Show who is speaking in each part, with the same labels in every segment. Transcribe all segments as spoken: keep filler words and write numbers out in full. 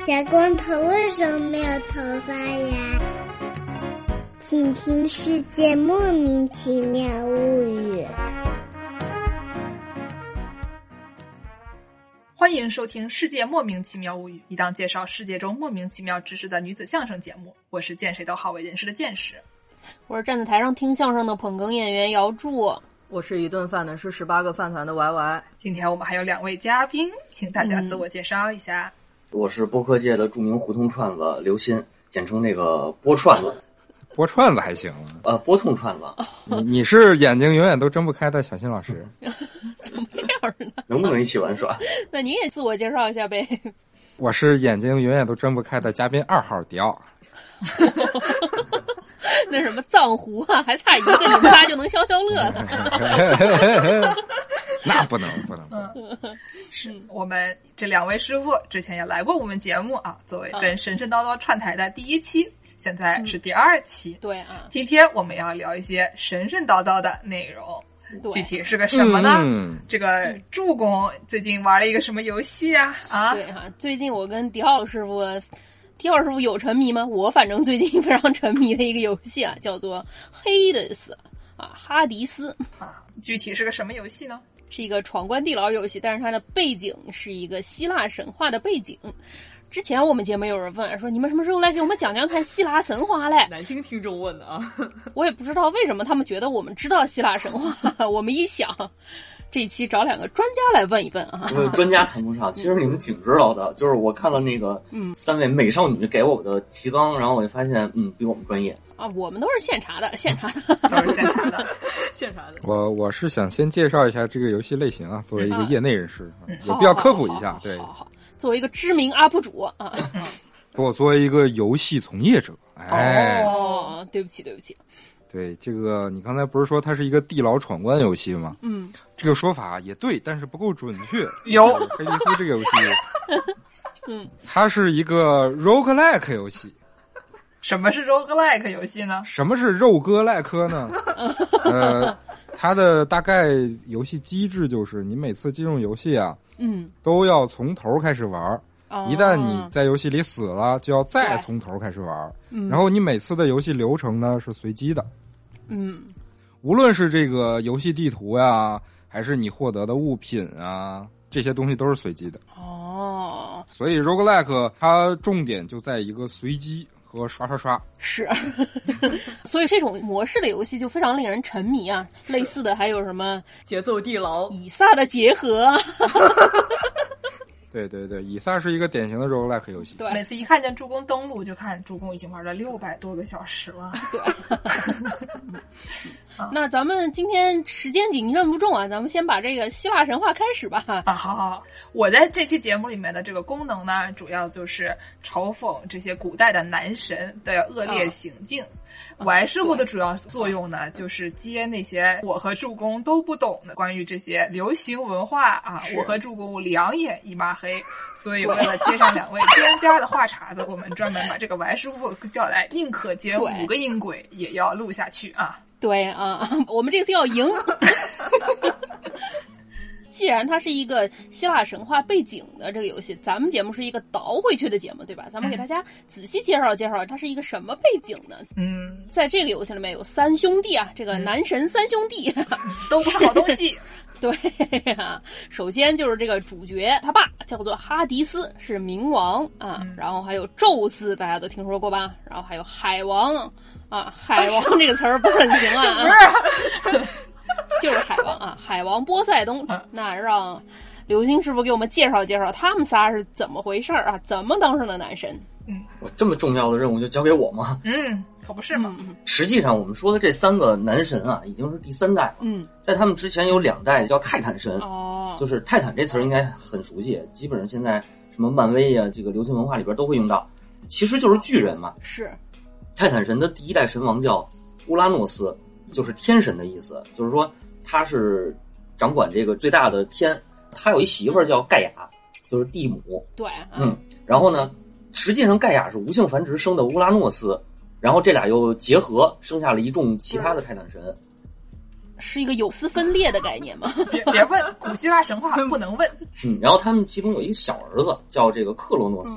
Speaker 1: 小光头为什么没有头发呀？请听《世界莫名其妙物语》。
Speaker 2: 欢迎收听《世界莫名其妙物语》，一档介绍世界中莫名其妙知识的女子相声节目。我是见谁都好为人师的见识，
Speaker 3: 我是站在台上听相声的捧哏演员姚柱，
Speaker 4: 我是一顿饭的是十八个饭团的 Y Y。
Speaker 2: 今天我们还有两位嘉宾，请大家自我介绍一下。
Speaker 5: 嗯、我是播客界的著名胡同串子刘鑫，简称那个波串子。
Speaker 6: 波串子还行，
Speaker 5: 呃，波痛串子。
Speaker 6: 你你是眼睛永远都睁不开的小新老师。
Speaker 3: 怎么这样呢？
Speaker 5: 能不能一起玩耍？
Speaker 3: 那你也自我介绍一下呗。
Speaker 6: 我是眼睛永远都睁不开的嘉宾二号迪奥。
Speaker 3: 那什么藏狐啊，还差一个，你们仨就能消消乐了。
Speaker 6: 那不能不能。
Speaker 2: 嗯，是我们这两位师傅之前也来过我们节目啊，作为跟神神叨叨串台的第一期。嗯，现在是第二期。
Speaker 3: 嗯，对啊，
Speaker 2: 今天我们要聊一些神神叨叨的内容，具体是个什么呢？
Speaker 6: 嗯、
Speaker 2: 这个助攻最近玩了一个什么游戏啊？啊，
Speaker 3: 对哈、啊，最近我跟迪奥师傅，迪奥师傅有沉迷吗？我反正最近非常沉迷的一个游戏啊，叫做黑德斯啊，哈迪斯
Speaker 2: 啊，具体是个什么游戏呢？
Speaker 3: 是一个闯关地牢游戏，但是它的背景是一个希腊神话的背景。之前我们节目有人问说，你们什么时候来给我们讲讲看希腊神话嘞？
Speaker 4: 男性听众问的啊。
Speaker 3: 我也不知道为什么他们觉得我们知道希腊神话。我们一想，这期找两个专家来问一问啊。
Speaker 5: 专家谈不上，其实你们挺知道的。就是我看了那个嗯三位美少女给我的提纲，然后我就发现嗯比我们专业
Speaker 3: 啊。我们都是现查的，现查的，
Speaker 2: 都是现查的，
Speaker 4: 现查的。
Speaker 6: 我我是想先介绍一下这个游戏类型啊，作为一个业内人士，嗯、有必要科普一下。对。
Speaker 3: 好好好作为一个知名 U P 主啊，
Speaker 6: 不，作为一个游戏从业者，哎，
Speaker 3: 哦，对不起，对不起，
Speaker 6: 对这个，你刚才不是说它是一个地牢闯关游戏吗？
Speaker 3: 嗯，
Speaker 6: 这个说法也对，但是不够准确。
Speaker 2: 有
Speaker 6: 黑迪斯这个游戏，嗯，它是一个 roguelike 游戏。
Speaker 2: 什么是 roguelike 游戏呢？
Speaker 6: 什么是肉鸽赖科呢？呃，它的大概游戏机制就是你每次进入游戏啊。
Speaker 3: 嗯，
Speaker 6: 都要从头开始玩、哦、一旦你在游戏里死了就要再从头开始玩、嗯、然后你每次的游戏流程呢是随机的。
Speaker 3: 嗯，
Speaker 6: 无论是这个游戏地图呀还是你获得的物品啊，这些东西都是随机的。
Speaker 3: 哦，
Speaker 6: 所以 roguelike 它重点就在一个随机和刷刷刷。
Speaker 3: 是。所以这种模式的游戏就非常令人沉迷啊。类似的还有什么
Speaker 4: 节奏地牢、
Speaker 3: 以撒的结合。
Speaker 6: 对对对，以撒是一个典型的 roguelike 游戏。
Speaker 2: 对，每次一看见助攻登录，就看助攻已经玩了六百多个小时了。
Speaker 3: 对。那咱们今天时间紧，任务重啊，咱们先把这个希腊神话开始吧。
Speaker 2: 啊，好好好，我在这期节目里面的这个功能呢，主要就是嘲讽这些古代的男神的恶劣行径。Y师傅的主要作用呢，就是接那些我和助攻都不懂的关于这些流行文化啊，我和助攻两眼一抹黑，所以为了接上两位专家的话茬子，我们专门把这个Y师傅叫来，宁可接五个音轨也要录下去啊。
Speaker 3: 对啊，我们这次要赢。既然它是一个希腊神话背景的这个游戏，咱们节目是一个倒回去的节目，对吧？咱们给大家仔细介绍介绍它是一个什么背景呢？
Speaker 2: 嗯，
Speaker 3: 在这个游戏里面有三兄弟啊，这个男神三兄弟、嗯、
Speaker 2: 都不是好东西。
Speaker 3: 对啊，首先就是这个主角他爸叫做哈迪斯，是冥王啊、嗯，然后还有宙斯，大家都听说过吧？然后还有海王啊，海王这个词儿不是很行啊，不是。就是海王啊，海王波塞冬。那让刘星师傅给我们介绍介绍他们仨是怎么回事啊？怎么当上的男神？
Speaker 5: 嗯，我这么重要的任务就交给我吗？
Speaker 2: 嗯，可不是嘛。
Speaker 3: 嗯、
Speaker 5: 实际上我们说的这三个男神啊，已经是第三代了。
Speaker 3: 嗯，
Speaker 5: 在他们之前有两代叫泰坦神。
Speaker 3: 哦，
Speaker 5: 就是泰坦这词儿应该很熟悉，基本上现在什么漫威啊，这个流行文化里边都会用到。其实就是巨人嘛。
Speaker 3: 是。
Speaker 5: 泰坦神的第一代神王叫乌拉诺斯，就是天神的意思，就是说他是掌管这个最大的天。他有一媳妇儿叫盖亚，就是地母。
Speaker 3: 对，
Speaker 5: 嗯，然后呢，实际上盖亚是无性繁殖生的乌拉诺斯，然后这俩又结合，生下了一众其他的泰坦神。
Speaker 3: 是一个有丝分裂的概念吗？
Speaker 2: 别别问，古希腊神话不能问。
Speaker 5: 嗯，然后他们其中有一个小儿子叫这个克罗诺斯，嗯、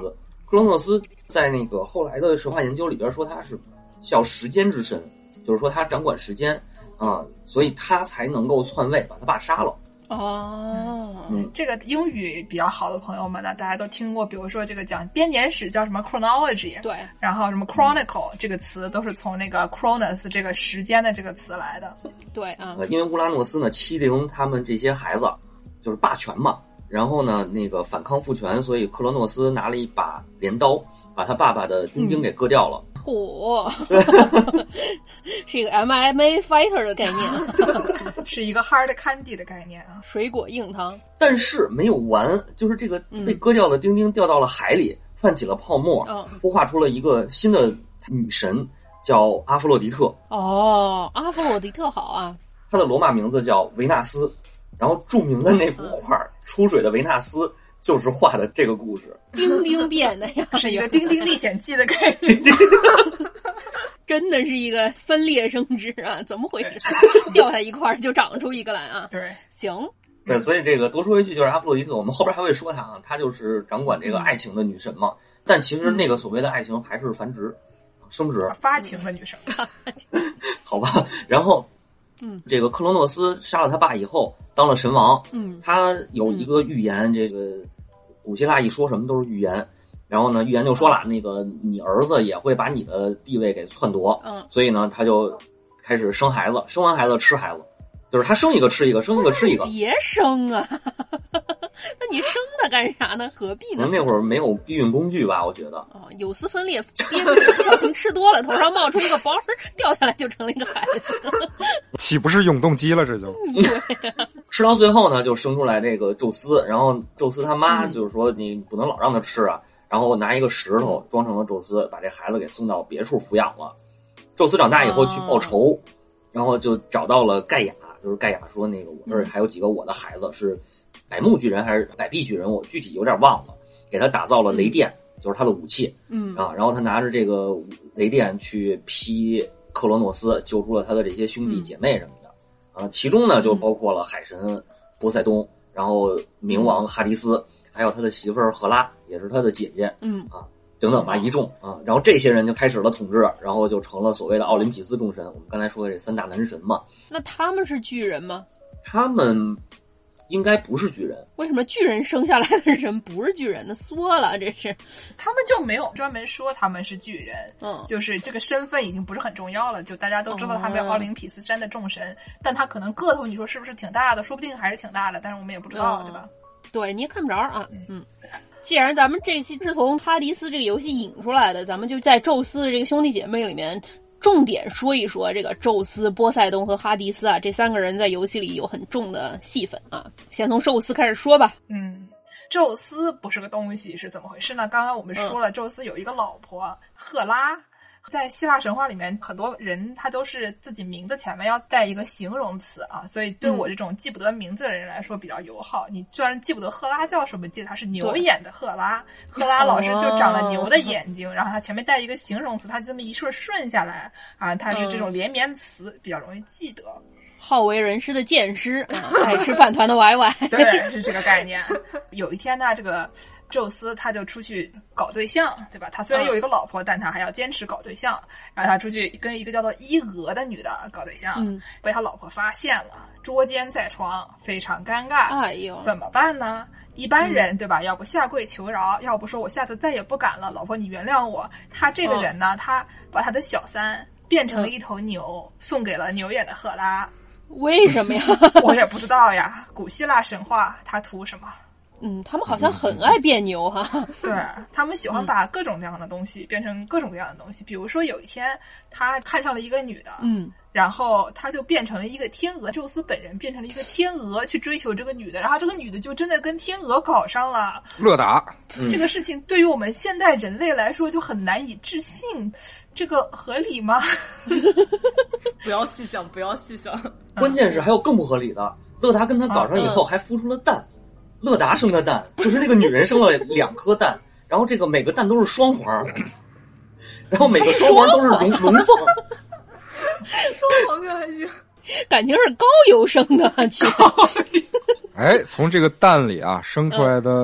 Speaker 5: 克罗诺斯在那个后来的神话研究里边说他是叫时间之神，就是说他掌管时间啊、呃，所以他才能够篡位把他爸杀了。
Speaker 3: 哦，
Speaker 5: 嗯，
Speaker 2: 这个英语比较好的朋友们呢，大家都听过，比如说这个讲编年史叫什么 chronology，
Speaker 3: 对，
Speaker 2: 然后什么 chronicle、嗯、这个词都是从那个 chronos 这个时间的这个词来的。
Speaker 3: 对啊，
Speaker 5: 因为乌拉诺斯呢欺凌他们这些孩子，就是霸权嘛，然后呢那个反抗父权，所以克罗诺斯拿了一把镰刀，把他爸爸的丁丁给割掉了。
Speaker 3: 嚯、嗯，是一个 M M A fighter 的概念，
Speaker 2: 是一个 hard candy 的概念啊，
Speaker 3: 水果硬糖。
Speaker 5: 但是没有完，就是这个被割掉的丁丁掉到了海里，泛起了泡沫，
Speaker 3: 嗯、
Speaker 5: 孵化出了一个新的女神，叫阿弗洛狄特。
Speaker 3: 哦，阿弗洛狄特好啊，
Speaker 5: 她的罗马名字叫维纳斯，然后著名的那幅画《出水的维纳斯》就是画的这个故事。
Speaker 3: 丁丁变的呀，
Speaker 2: 是一个《丁丁历险记》的概念。
Speaker 3: 真的是一个分裂生殖啊，怎么回事？掉下一块就长出一个来啊？
Speaker 2: 对，
Speaker 3: 行。
Speaker 5: 对，所以这个多说一句，就是阿弗洛狄特，我们后边还会说她啊，她就是掌管这个爱情的女神嘛。嗯、但其实那个所谓的爱情还是繁殖、生殖、
Speaker 2: 发情的女神。
Speaker 5: 好吧，然后，
Speaker 3: 嗯，
Speaker 5: 这个克罗诺斯杀了他爸以后，当了神王。
Speaker 3: 嗯，
Speaker 5: 他有一个预言，这个古希腊一说什么都是预言。然后呢，预言就说了，那个你儿子也会把你的地位给篡夺，
Speaker 3: 嗯，
Speaker 5: 所以呢，他就开始生孩子，生完孩子吃孩子，就是他生一个吃一个，生一个吃一个。
Speaker 3: 别生啊！那你生它干啥呢？何必呢？
Speaker 5: 那会儿没有避孕工具吧？我觉得。
Speaker 3: 哦，有丝分裂，憋不小心吃多了，头上冒出一个包，掉下来就成了一个孩子。
Speaker 6: 岂不是永动机了？这就。
Speaker 3: 对、啊。
Speaker 5: 吃到最后呢，就生出来这个宙斯，然后宙斯他妈就是说你不能老让他吃啊。然后拿一个石头装成了宙斯，把这孩子给送到别处抚养了。宙斯长大以后去报仇，哦、然后就找到了盖亚，就是盖亚说那个我这儿还有几个我的孩子是百目巨人还是百臂巨人，我具体有点忘了。给他打造了雷电，嗯、就是他的武器。
Speaker 3: 嗯
Speaker 5: 啊，然后他拿着这个雷电去劈克罗诺斯，救出了他的这些兄弟姐妹什么的。嗯、啊，其中呢就包括了海神波塞冬，然后冥王哈迪斯。还有他的媳妇儿赫拉，也是他的姐姐，
Speaker 3: 嗯
Speaker 5: 啊，等等吧，一众啊，然后这些人就开始了统治，然后就成了所谓的奥林匹斯众神。我们刚才说的这三大男神嘛。
Speaker 3: 那他们是巨人吗？
Speaker 5: 他们应该不是巨人。
Speaker 3: 为什么巨人生下来的人不是巨人呢？缩了，这是。
Speaker 2: 他们就没有专门说他们是巨人，
Speaker 3: 嗯，
Speaker 2: 就是这个身份已经不是很重要了，就大家都知道他们奥林匹斯山的众神，嗯、但他可能个头你说是不是挺大的？说不定还是挺大的，但是我们也不知道，
Speaker 3: 嗯、
Speaker 2: 对吧？
Speaker 3: 对，你也看不着啊。嗯，既然咱们这期是从哈迪斯这个游戏引出来的，咱们就在宙斯的这个兄弟姐妹里面重点说一说这个宙斯、波塞冬和哈迪斯啊，这三个人在游戏里有很重的戏份啊。先从宙斯开始说吧。
Speaker 2: 嗯，宙斯不是个东西是怎么回事呢？刚刚我们说了，嗯、宙斯有一个老婆赫拉。在希腊神话里面，很多人他都是自己名字前面要带一个形容词啊，所以对我这种记不得名字的人来说比较友好。嗯、你虽然记不得赫拉叫什么，记得她是牛眼的赫拉，赫拉老师就长了牛的眼睛，哦、然后他前面带一个形容词，他这么一顺顺下来啊，它是这种连绵词，比较容易记得。
Speaker 3: 好为人师的剑师，啊、爱吃饭团的 Y Y，
Speaker 2: 对，是这个概念。有一天呢，这个。宙斯他就出去搞对象，对吧？他虽然有一个老婆，嗯、但他还要坚持搞对象。然后他出去跟一个叫做伊俄的女的搞对象，
Speaker 3: 嗯、
Speaker 2: 被他老婆发现了，捉奸在床，非常尴尬。
Speaker 3: 哎呦，
Speaker 2: 怎么办呢？一般人、嗯、对吧？要不下跪求饶，要不说我下次再也不敢了，老婆你原谅我。他这个人呢，嗯、他把他的小三变成了一头牛，嗯、送给了牛眼的赫拉。
Speaker 3: 为什么呀？
Speaker 2: 我也不知道呀。古希腊神话他图什么？
Speaker 3: 嗯，他们好像很爱变牛哈。
Speaker 2: 对，他们喜欢把各种各样的东西变成各种各样的东西。比如说有一天他看上了一个女的，
Speaker 3: 嗯，
Speaker 2: 然后他就变成了一个天鹅，宙斯本人变成了一个天鹅去追求这个女的，然后这个女的就真的跟天鹅搞上了。
Speaker 6: 乐达，
Speaker 5: 嗯、
Speaker 2: 这个事情对于我们现代人类来说就很难以置信，这个合理吗？
Speaker 4: 不要细想，不要细想。
Speaker 5: 关键是还有更不合理的，乐达跟他搞上以后还孵出了蛋。乐达生的蛋，就是那个女人生了两颗蛋，然后这个每个蛋都是双黄，然后每个双黄都是龙龙凤。
Speaker 4: 双黄可还行，
Speaker 3: 感情是高邮生的去。
Speaker 6: 哎，从这个蛋里啊生出来的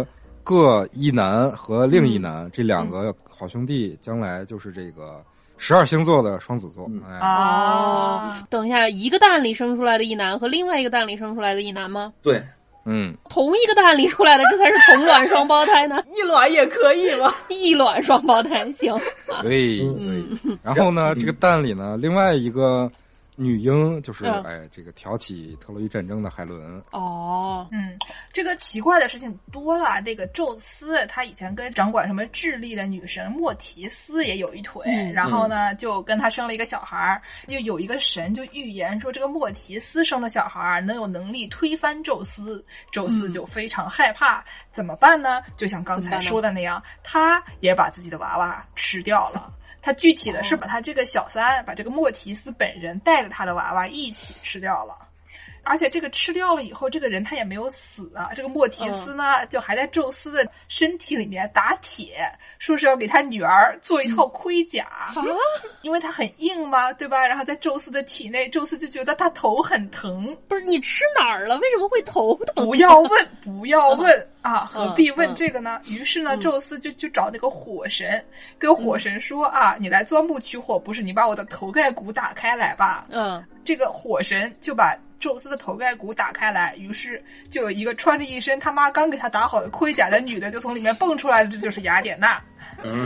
Speaker 6: 各一男和另一男、嗯、这两个好兄弟，将来就是这个十二星座的双子座。
Speaker 2: 嗯、
Speaker 6: 哎、
Speaker 3: 哦，等一下，一个蛋里生出来的一男和另外一个蛋里生出来的一男吗？
Speaker 5: 对。
Speaker 6: 嗯，
Speaker 3: 同一个蛋里出来的，这才是同卵双胞胎呢。
Speaker 4: 异卵也可以吗？
Speaker 3: 异卵双胞胎行。
Speaker 6: 对对。然后呢，这个蛋里呢，另外一个女婴就是、嗯、哎，这个挑起特洛伊战争的海伦。
Speaker 3: 哦，
Speaker 2: 嗯，这个奇怪的事情多了。那个宙斯他以前跟掌管什么智力的女神莫提斯也有一腿、嗯、然后呢就跟他生了一个小孩，就有一个神就预言说这个莫提斯生的小孩能有能力推翻宙斯，宙斯就非常害怕、嗯、怎么办呢？就像刚才说的那样，他也把自己的娃娃吃掉了。他具体的是把他这个小三，把这个莫提斯本人带着他的娃娃一起吃掉了。而且这个吃掉了以后，这个人他也没有死啊。这个莫提斯呢，嗯、就还在宙斯的身体里面打铁，说是要给他女儿做一套盔甲，嗯、因为他很硬嘛，对吧？然后在宙斯的体内，宙斯就觉得他头很疼。
Speaker 3: 不是你吃哪儿了？为什么会头疼？
Speaker 2: 不要问，不要问、嗯、啊！何必问这个呢？嗯、于是呢，宙斯就去找那个火神，跟火神说、嗯、啊，你来钻木取火，不是你把我的头盖骨打开来吧？嗯，这个火神就把宙斯的头盖骨打开来，于是就有一个穿着一身他妈刚给他打好的盔甲的女的就从里面蹦出来了，这就是雅典娜。
Speaker 5: 嗯，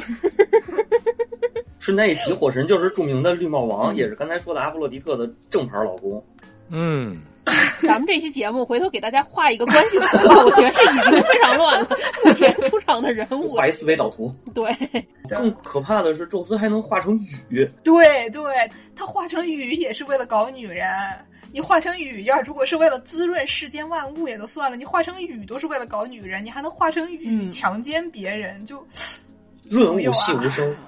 Speaker 5: 顺带一提，火神就是著名的绿帽王，嗯、也是刚才说的阿弗洛狄特的正牌老公。
Speaker 6: 嗯，
Speaker 3: 咱们这期节目回头给大家画一个关系图吧，我觉得这已经非常乱了。目前出场的人物，
Speaker 5: 画一思维导图。
Speaker 3: 对，
Speaker 5: 更可怕的是，宙斯还能化成雨。
Speaker 2: 对对，他化成雨也是为了搞女人。你化成雨要如果是为了滋润世间万物也就算了，你化成雨都是为了搞女人，你还能化成雨、嗯、强奸别人，就
Speaker 5: 润物细无声。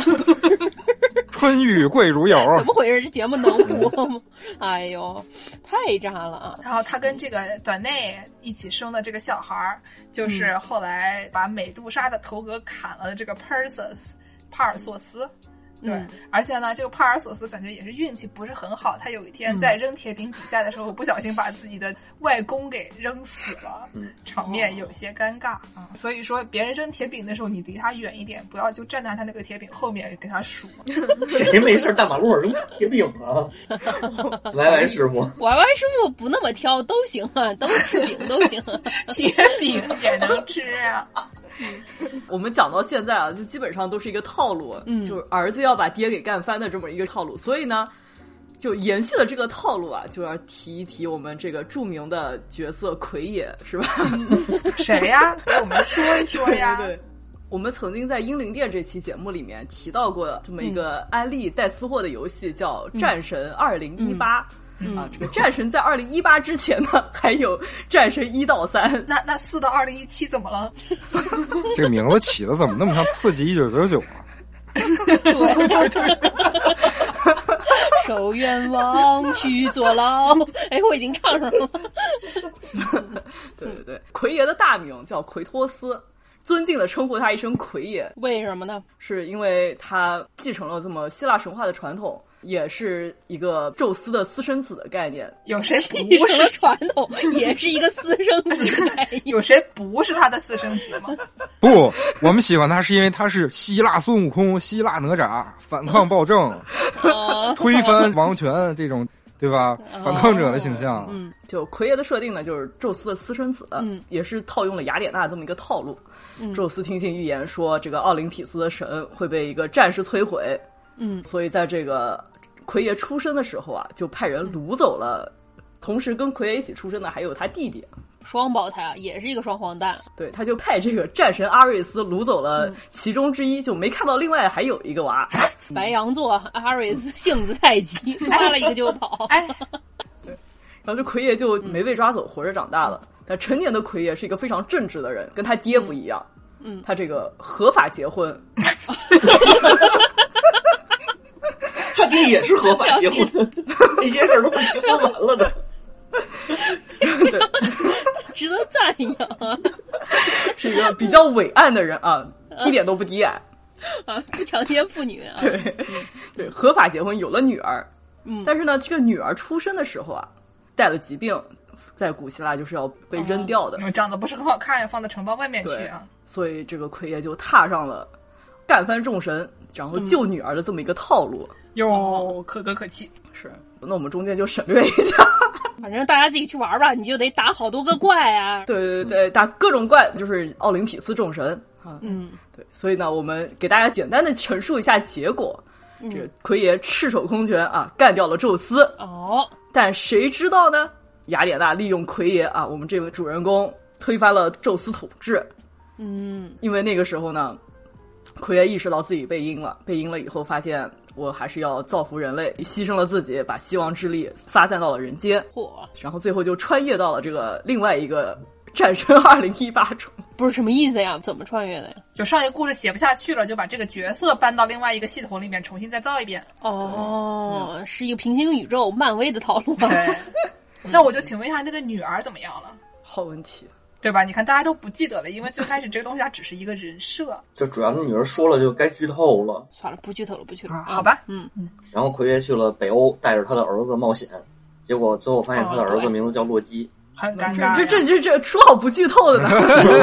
Speaker 6: 春雨贵如油，
Speaker 3: 怎么回事？这节目能播吗？哎呦，太渣了啊！
Speaker 2: 然后他跟这个短内一起生的这个小孩，就是后来把美杜莎的头颅砍了的这个 Perseus 帕尔索斯。对、嗯，而且呢，这个帕尔索斯感觉也是运气不是很好，他有一天在扔铁饼比赛的时候，不小心把自己的外公给扔死了，嗯、场面有些尴尬啊、嗯。所以说，别人扔铁饼的时候，你离他远一点，不要就站在他那个铁饼后面给他数。
Speaker 5: 谁没事大马路上扔铁饼啊？歪歪师傅，
Speaker 3: 歪歪师傅不那么挑都行啊，都吃饼都行、啊，
Speaker 2: 铁饼也能吃啊。
Speaker 4: 我们讲到现在啊，就基本上都是一个套路，嗯，就是儿子要把爹给干翻的这么一个套路。所以呢，就延续了这个套路啊，就要提一提我们这个著名的角色奎爷，是吧？
Speaker 2: 谁呀？给我们说一说呀。
Speaker 4: 对对对，我们曾经在英灵殿这期节目里面提到过这么一个安利带私货的游戏，叫《战神二零一八》。嗯、啊，这个战神在二零一八之前呢，还有战神一到三。
Speaker 2: 那那四到二零一七怎么了？
Speaker 6: 这个名字起的怎么那么像刺激一九九九啊？
Speaker 3: 受冤枉去坐牢。哎，我已经唱上了。
Speaker 4: 对对对，奎爷的大名叫奎托斯。尊敬的称呼他一声奎爷，
Speaker 3: 为什么呢？
Speaker 4: 是因为他继承了这么希腊神话的传统，也是一个宙斯的私生子的概念。
Speaker 2: 有谁不是
Speaker 3: 传统，也是一个私生子的概念？
Speaker 2: 有谁不是他的私生子吗？
Speaker 6: 不，我们喜欢他是因为他是希腊孙悟空、希腊哪吒，反抗暴政，推翻王权这种。对吧？反抗者的形象，
Speaker 4: 嗯，就奎爷的设定呢，就是宙斯的私生子，嗯，也是套用了雅典娜这么一个套路。嗯、宙斯听信预言说，这个奥林匹斯的神会被一个战士摧毁，嗯，所以在这个奎爷出生的时候啊，就派人掳走了，同时跟奎爷一起出生的还有他弟弟。
Speaker 3: 双胞胎啊，也是一个双黄蛋。
Speaker 4: 对，他就派这个战神阿瑞斯掳走了其中之一，嗯、就没看到另外还有一个娃。
Speaker 3: 白羊座阿瑞斯性子太急，抓了一个就跑。哎，
Speaker 4: 对，然后这奎爷就没被抓走，活着长大了。但成年的奎爷是一个非常正直的人，跟他爹不一样。嗯，他这个合法结婚。
Speaker 5: 他爹也是合法结婚，这些事儿都是结婚完了的。
Speaker 4: 对，
Speaker 3: 值得赞扬啊！
Speaker 4: 是一个比较伟岸的人啊，啊一点都不低矮
Speaker 3: 啊，不强奸妇女啊。
Speaker 4: 对，嗯、对，合法结婚，有了女儿。嗯，但是呢，这个女儿出生的时候啊，带了疾病， 在古希腊就是要被扔掉的，
Speaker 2: 嗯、长得不是很好看，要放到城邦外面去啊。
Speaker 4: 所以这个奎爷就踏上了干翻众神，然后救女儿的这么一个套路。
Speaker 2: 哟、嗯，可歌可泣。
Speaker 4: 是，那我们中间就省略一下。
Speaker 3: 反正大家自己去玩吧，你就得打好多个怪啊。
Speaker 4: 对对对，打各种怪，就是奥林匹斯众神啊。
Speaker 3: 嗯，
Speaker 4: 对，所以呢，我们给大家简单的陈述一下结果。嗯、这个奎爷赤手空拳啊，干掉了宙斯。
Speaker 3: 哦，
Speaker 4: 但谁知道呢？雅典娜利用奎爷啊，我们这位主人公推翻了宙斯统治。
Speaker 3: 嗯，
Speaker 4: 因为那个时候呢，奎爷意识到自己被阴了，被阴了以后发现我还是要造福人类，牺牲了自己，把希望之力发散到了人间。
Speaker 3: 嚯！
Speaker 4: 然后最后就穿越到了这个另外一个战神二零一八中。
Speaker 3: 不是什么意思呀？怎么穿越的呀？
Speaker 2: 就上一个故事写不下去了，就把这个角色搬到另外一个系统里面重新再造一遍。
Speaker 3: 哦，嗯、是一个平行宇宙漫威的套路。
Speaker 2: 对。那我就请问一下，那个女儿怎么样了？
Speaker 4: 好问题。
Speaker 2: 对吧？你看大家都不记得了，因为最开始这个东西它只是一个人设。
Speaker 5: 就主要那女儿说了就该剧透了。
Speaker 3: 算了，不剧透了，不剧透了。
Speaker 2: 啊、好吧，
Speaker 3: 嗯嗯。
Speaker 5: 然后奎爷去了北欧，带着他的儿子冒险，结果最后发现他的儿子名字叫洛基。
Speaker 2: 哦、很尴尬。
Speaker 4: 这这这这说好不剧透的呢？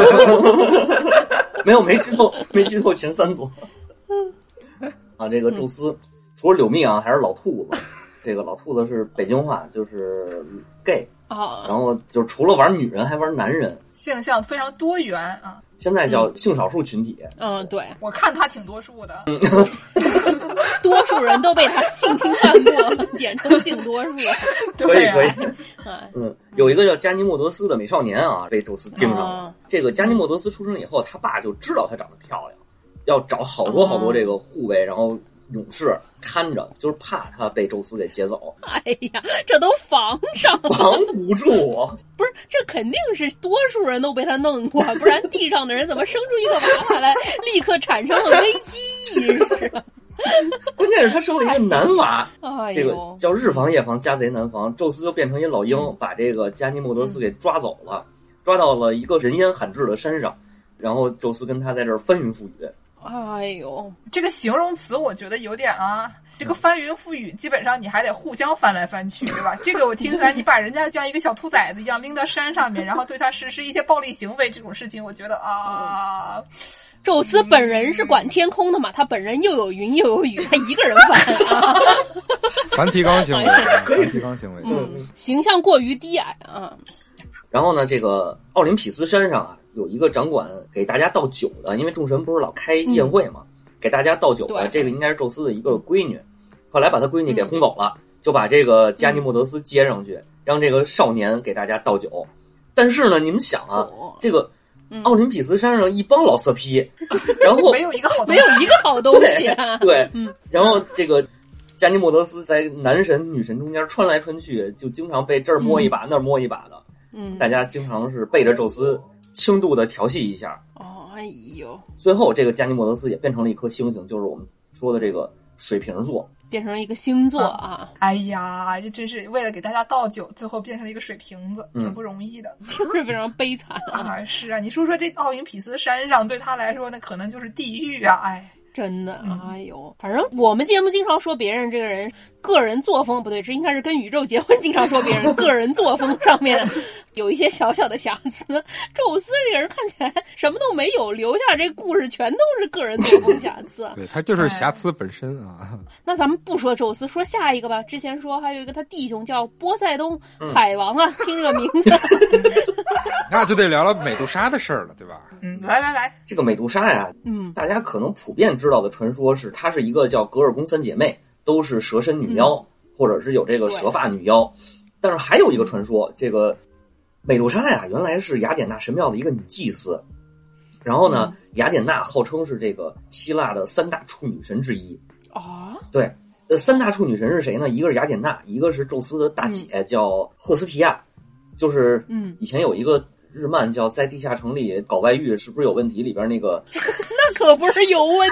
Speaker 5: 没有，没剧透，没剧透前三座。啊，这个宙斯、嗯、除了柳命啊，还是老兔子。这个老兔子是北京话，就是 gay。
Speaker 3: 哦。
Speaker 5: 然后就除了玩女人，还玩男人。
Speaker 2: 性向非常多元啊，
Speaker 5: 现在叫性少数群体。
Speaker 3: 嗯，对，
Speaker 2: 我看他挺多数的，
Speaker 3: 多数人都被他性侵犯过，简称性多数。
Speaker 5: 可以可以，嗯，有一个叫加尼莫德斯的美少年啊，被宙斯盯上了。哦、这个加尼莫德斯出生以后，他爸就知道他长得漂亮，要找好多好多这个护卫，然后勇士看着，就是怕他被宙斯给劫走。
Speaker 3: 哎呀，这都防上了，
Speaker 5: 防不住。
Speaker 3: 不是，这肯定是多数人都被他弄过，不然地上的人怎么生出一个娃娃来，立刻产生了危机意识？
Speaker 5: 关键是他生了一个男娃，
Speaker 3: 哎、
Speaker 5: 这个叫日防夜防，家贼难防。宙斯就变成一老鹰，把这个加尼莫德斯给抓走了，嗯、抓到了一个人烟罕至的山上，然后宙斯跟他在这儿翻云覆雨。
Speaker 3: 哎呦，
Speaker 2: 这个形容词我觉得有点啊，这个翻云覆雨基本上你还得互相翻来翻去，对吧？这个我听出来，你把人家像一个小兔崽子一样拎到山上面，然后对他实施一些暴力行为，这种事情，我觉得啊，
Speaker 3: 宙斯本人是管天空的嘛，他本人又有云又有雨，他一个人翻啊，
Speaker 6: 梵提冈行为，梵提冈行为，
Speaker 3: 嗯，形象过于低矮啊。
Speaker 5: 然后呢，这个奥林匹斯山上啊，有一个掌管给大家倒酒的，因为众神不是老开宴会嘛，嗯、给大家倒酒的，这个应该是宙斯的一个闺女，后来把他闺女给轰走了，嗯、就把这个加尼莫德斯接上去，嗯、让这个少年给大家倒酒。但是呢，你们想啊，哦、这个奥林匹斯山上一帮老色批，嗯、然后
Speaker 2: 没有一个好东西，
Speaker 3: 没有一个好东西，啊，
Speaker 5: 对，对嗯、然后这个加尼莫德斯在男神女神中间穿来穿去，就经常被这儿摸一把，嗯、那儿摸一把的。嗯，大家经常是背着宙斯轻度的调戏一下。
Speaker 3: 哦，哎呦！
Speaker 5: 最后这个加尼莫德斯也变成了一颗星星，就是我们说的这个水瓶座，
Speaker 3: 变成了一个星座啊！
Speaker 2: 啊哎呀，这真是为了给大家倒酒，最后变成了一个水瓶子，挺不容易的，
Speaker 3: 听着非常悲惨
Speaker 2: 啊！是啊，你说说这奥林匹斯山上对他来说，那可能就是地狱啊！哎。
Speaker 3: 真的，哎呦，反正我们节目经常说别人这个人个人作风不对，这应该是跟宇宙结婚经常说别人个人作风上面有一些小小的瑕疵。宙斯这个人看起来什么都没有，留下这故事全都是个人作风瑕疵。
Speaker 6: 对，他就是瑕疵本身啊。
Speaker 3: 那咱们不说宙斯，说下一个吧。之前说还有一个他弟兄叫波塞冬，嗯、海王啊，听这个名字，
Speaker 6: 那就得聊聊美杜莎的事儿了，对吧？
Speaker 2: 嗯，来来来，
Speaker 5: 这个美杜莎呀，嗯，大家可能普遍知道的传说是，她是一个叫格尔宫三姐妹，都是蛇身女妖，嗯、或者是有这个蛇发女妖。但是还有一个传说，这个美杜莎呀，原来是雅典娜神庙的一个女祭司。然后呢，嗯、雅典娜号称是这个希腊的三大处女神之一。
Speaker 3: 啊，
Speaker 5: 对，呃，三大处女神是谁呢？一个是雅典娜，一个是宙斯的大姐，嗯、叫赫斯提亚，就是嗯，以前有一个日漫叫在地下城里搞外遇是不是有问题，里边那个
Speaker 3: 那可不是有问题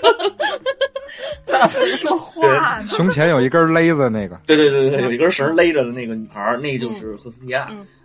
Speaker 2: 咋不说话呢？
Speaker 6: 胸前有一根勒子那个，
Speaker 5: 对对对对，有一根绳勒着的那个女孩，那个就是赫斯提亚。嗯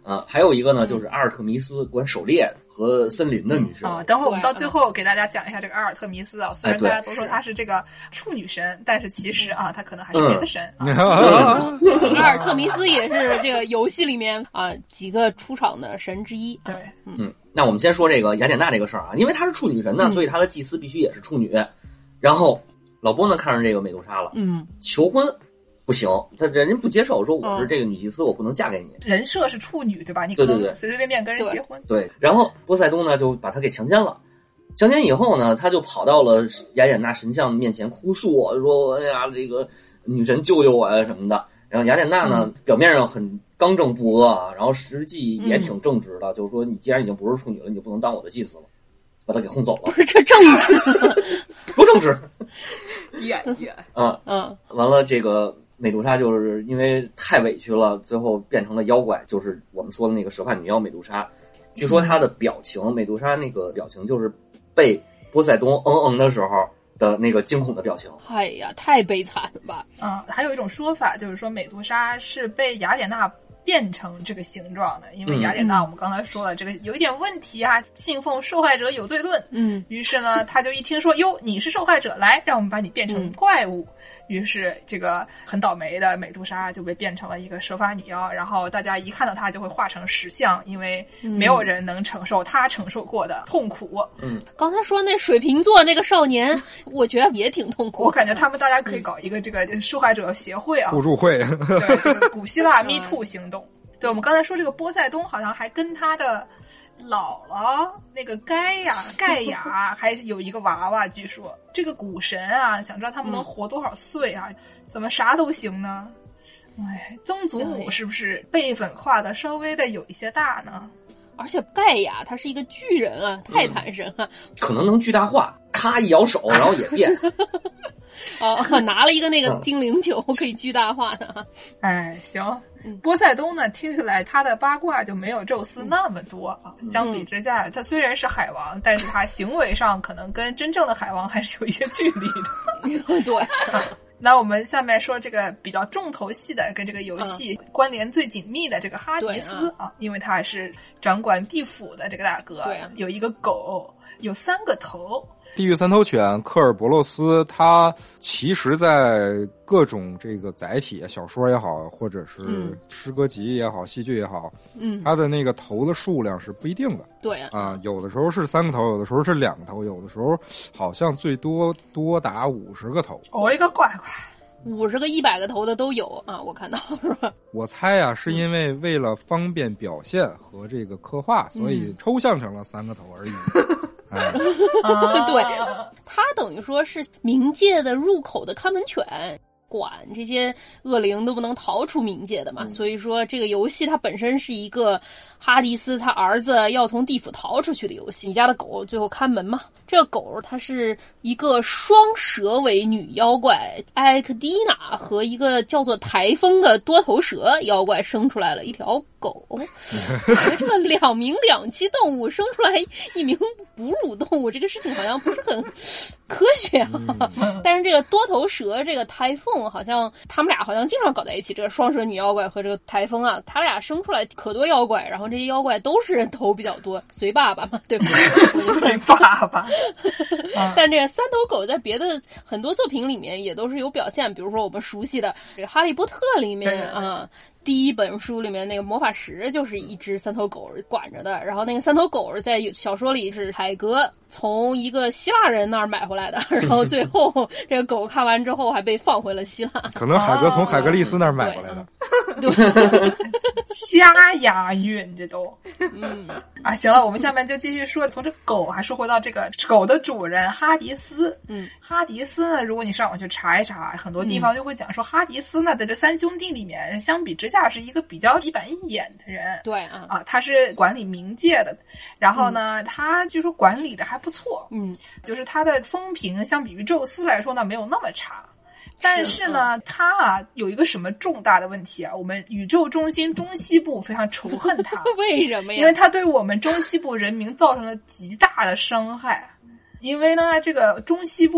Speaker 5: 嗯，还有一个呢，就是阿尔特弥斯管狩猎和森林的女神。
Speaker 2: 啊、嗯哦，等会儿我们到最后给大家讲一下这个阿尔特弥斯啊。虽然大家都说她是这个处女神，但是其实啊，她可能还是别的神。嗯
Speaker 3: 啊、阿尔特弥斯也是这个游戏里面啊几个出场的神之一。
Speaker 2: 对，
Speaker 3: 嗯，
Speaker 5: 嗯那我们先说这个雅典娜这个事儿啊，因为她是处女神呢，嗯、所以她的祭司必须也是处女。然后老波呢看上这个美杜莎了，
Speaker 3: 嗯，
Speaker 5: 求婚。不行，他人家不接受，说我是这个女祭司，我不能嫁给你。
Speaker 2: 人设是处女，对吧？你可能随随便便跟人结婚。
Speaker 5: 对，对对然后波塞冬呢就把她给强奸了。强奸以后呢，他就跑到了雅典娜神像面前哭诉，说：“哎呀，这个女神救救我呀什么的。”然后雅典娜呢，嗯、表面上很刚正不阿啊，然后实际也挺正直的，嗯、就是说你既然已经不是处女了，你就不能当我的祭司了，把她给轰走了。
Speaker 3: 不是这正直，
Speaker 5: 多正直，
Speaker 4: 低矮低矮。
Speaker 5: 嗯嗯，完了这个。美杜莎就是因为太委屈了，最后变成了妖怪，就是我们说的那个蛇发女妖美杜莎。据说她的表情，嗯、美杜莎那个表情就是被波塞冬嗯嗯的时候的那个惊恐的表情。
Speaker 3: 哎呀，太悲惨了吧！
Speaker 2: 嗯，还有一种说法就是说美杜莎是被雅典娜变成这个形状的，因为雅典娜我们刚才说了，嗯、这个有一点问题啊，信奉受害者有罪论。
Speaker 3: 嗯，
Speaker 2: 于是呢，他就一听说哟你是受害者，来让我们把你变成怪物。嗯于是这个很倒霉的美杜莎就被变成了一个蛇发女妖，然后大家一看到她就会化成石像，因为没有人能承受她承受过的痛苦。
Speaker 5: 嗯，
Speaker 3: 刚才说那水瓶座那个少年，我觉得也挺痛苦。
Speaker 2: 我感觉他们大家可以搞一个这个受害者协会啊，
Speaker 6: 互助会，
Speaker 2: 对，这个古希腊 Me Too 行动。对，我们刚才说这个波塞冬好像还跟他的姥姥那个盖亚盖亚还有一个娃娃，据说这个古神啊，想知道他们能活多少岁啊？嗯、怎么啥都行呢？哎，曾祖母是不是辈分化的稍微的有一些大呢？
Speaker 3: 而且盖亚他是一个巨人啊，泰坦神啊，
Speaker 5: 嗯、可能能巨大化，咔一摇手，然后也变。
Speaker 3: 哦，拿了一个那个精灵球可以巨大化的。
Speaker 2: 哎，行。波塞冬呢，听起来他的八卦就没有宙斯那么多啊。嗯、相比之下，他虽然是海王，但是他行为上可能跟真正的海王还是有一些距离的。
Speaker 3: 对。
Speaker 2: 那我们下面说这个比较重头戏的，跟这个游戏关联最紧密的这个哈迪斯、嗯、啊，因为他是掌管地府的这个大哥，
Speaker 3: 对啊、
Speaker 2: 有一个狗，有三个头。
Speaker 6: 地狱三头犬科尔伯洛斯，它其实在各种这个载体，小说也好，或者是诗歌集也好，戏剧也好，
Speaker 3: 嗯，
Speaker 6: 它的那个头的数量是不一定的。
Speaker 3: 对啊，
Speaker 6: 啊，有的时候是三个头，有的时候是两个头，有的时候好像最多多达五十个头。
Speaker 2: 我一个乖乖。
Speaker 3: 五十个、一百个头的都有啊，我看到是吧？
Speaker 6: 我猜啊，是因为为了方便表现和这个刻画，所以抽象成了三个头而已。哎
Speaker 3: 啊、对，它等于说是冥界的入口的看门犬。管这些恶灵都不能逃出冥界的嘛，嗯、所以说这个游戏它本身是一个哈迪斯他儿子要从地府逃出去的游戏。你家的狗最后看门嘛，这个狗它是一个双蛇尾女妖怪埃克蒂娜和一个叫做台风的多头蛇妖怪生出来了一条狗。这个两名两栖动物生出来一名哺乳动物，这个事情好像不是很科学啊。嗯、但是这个多头蛇这个台风好像他们俩好像经常搞在一起，这个双蛇女妖怪和这个台风啊，他俩生出来可多妖怪，然后这些妖怪都是头比较多，随爸爸嘛，对不对？
Speaker 2: 随爸爸。
Speaker 3: 但这个三头狗在别的很多作品里面也都是有表现，比如说我们熟悉的这个《哈利波特》里面啊。第一本书里面那个魔法石就是一只三头狗管着的，然后那个三头狗在小说里是海格从一个希腊人那儿买回来的，然后最后这个狗看完之后还被放回了希腊。
Speaker 6: 可能海格从海格力斯那儿买回来的。
Speaker 3: 对，
Speaker 2: 瞎押韵这都。
Speaker 3: 嗯
Speaker 2: 啊，行了，我们下面就继续说，从这狗还说回到这个狗的主人哈迪斯。
Speaker 3: 嗯，
Speaker 2: 哈迪斯呢，如果你上网去查一查，很多地方就会讲说哈迪斯呢，在这三兄弟里面，相比之下是一个比较一板一眼的人。
Speaker 3: 对啊，
Speaker 2: 啊，他是管理冥界的，然后呢，嗯、他据说管理的还不错。
Speaker 3: 嗯，
Speaker 2: 就是他的风评相比于宙斯来说呢，没有那么差。但是呢，
Speaker 3: 是
Speaker 2: 他啊有一个什么重大的问题啊？我们宇宙中心中西部非常仇恨他。
Speaker 3: 为什么呀？
Speaker 2: 因为他对我们中西部人民造成了极大的伤害。因为呢，这个中西部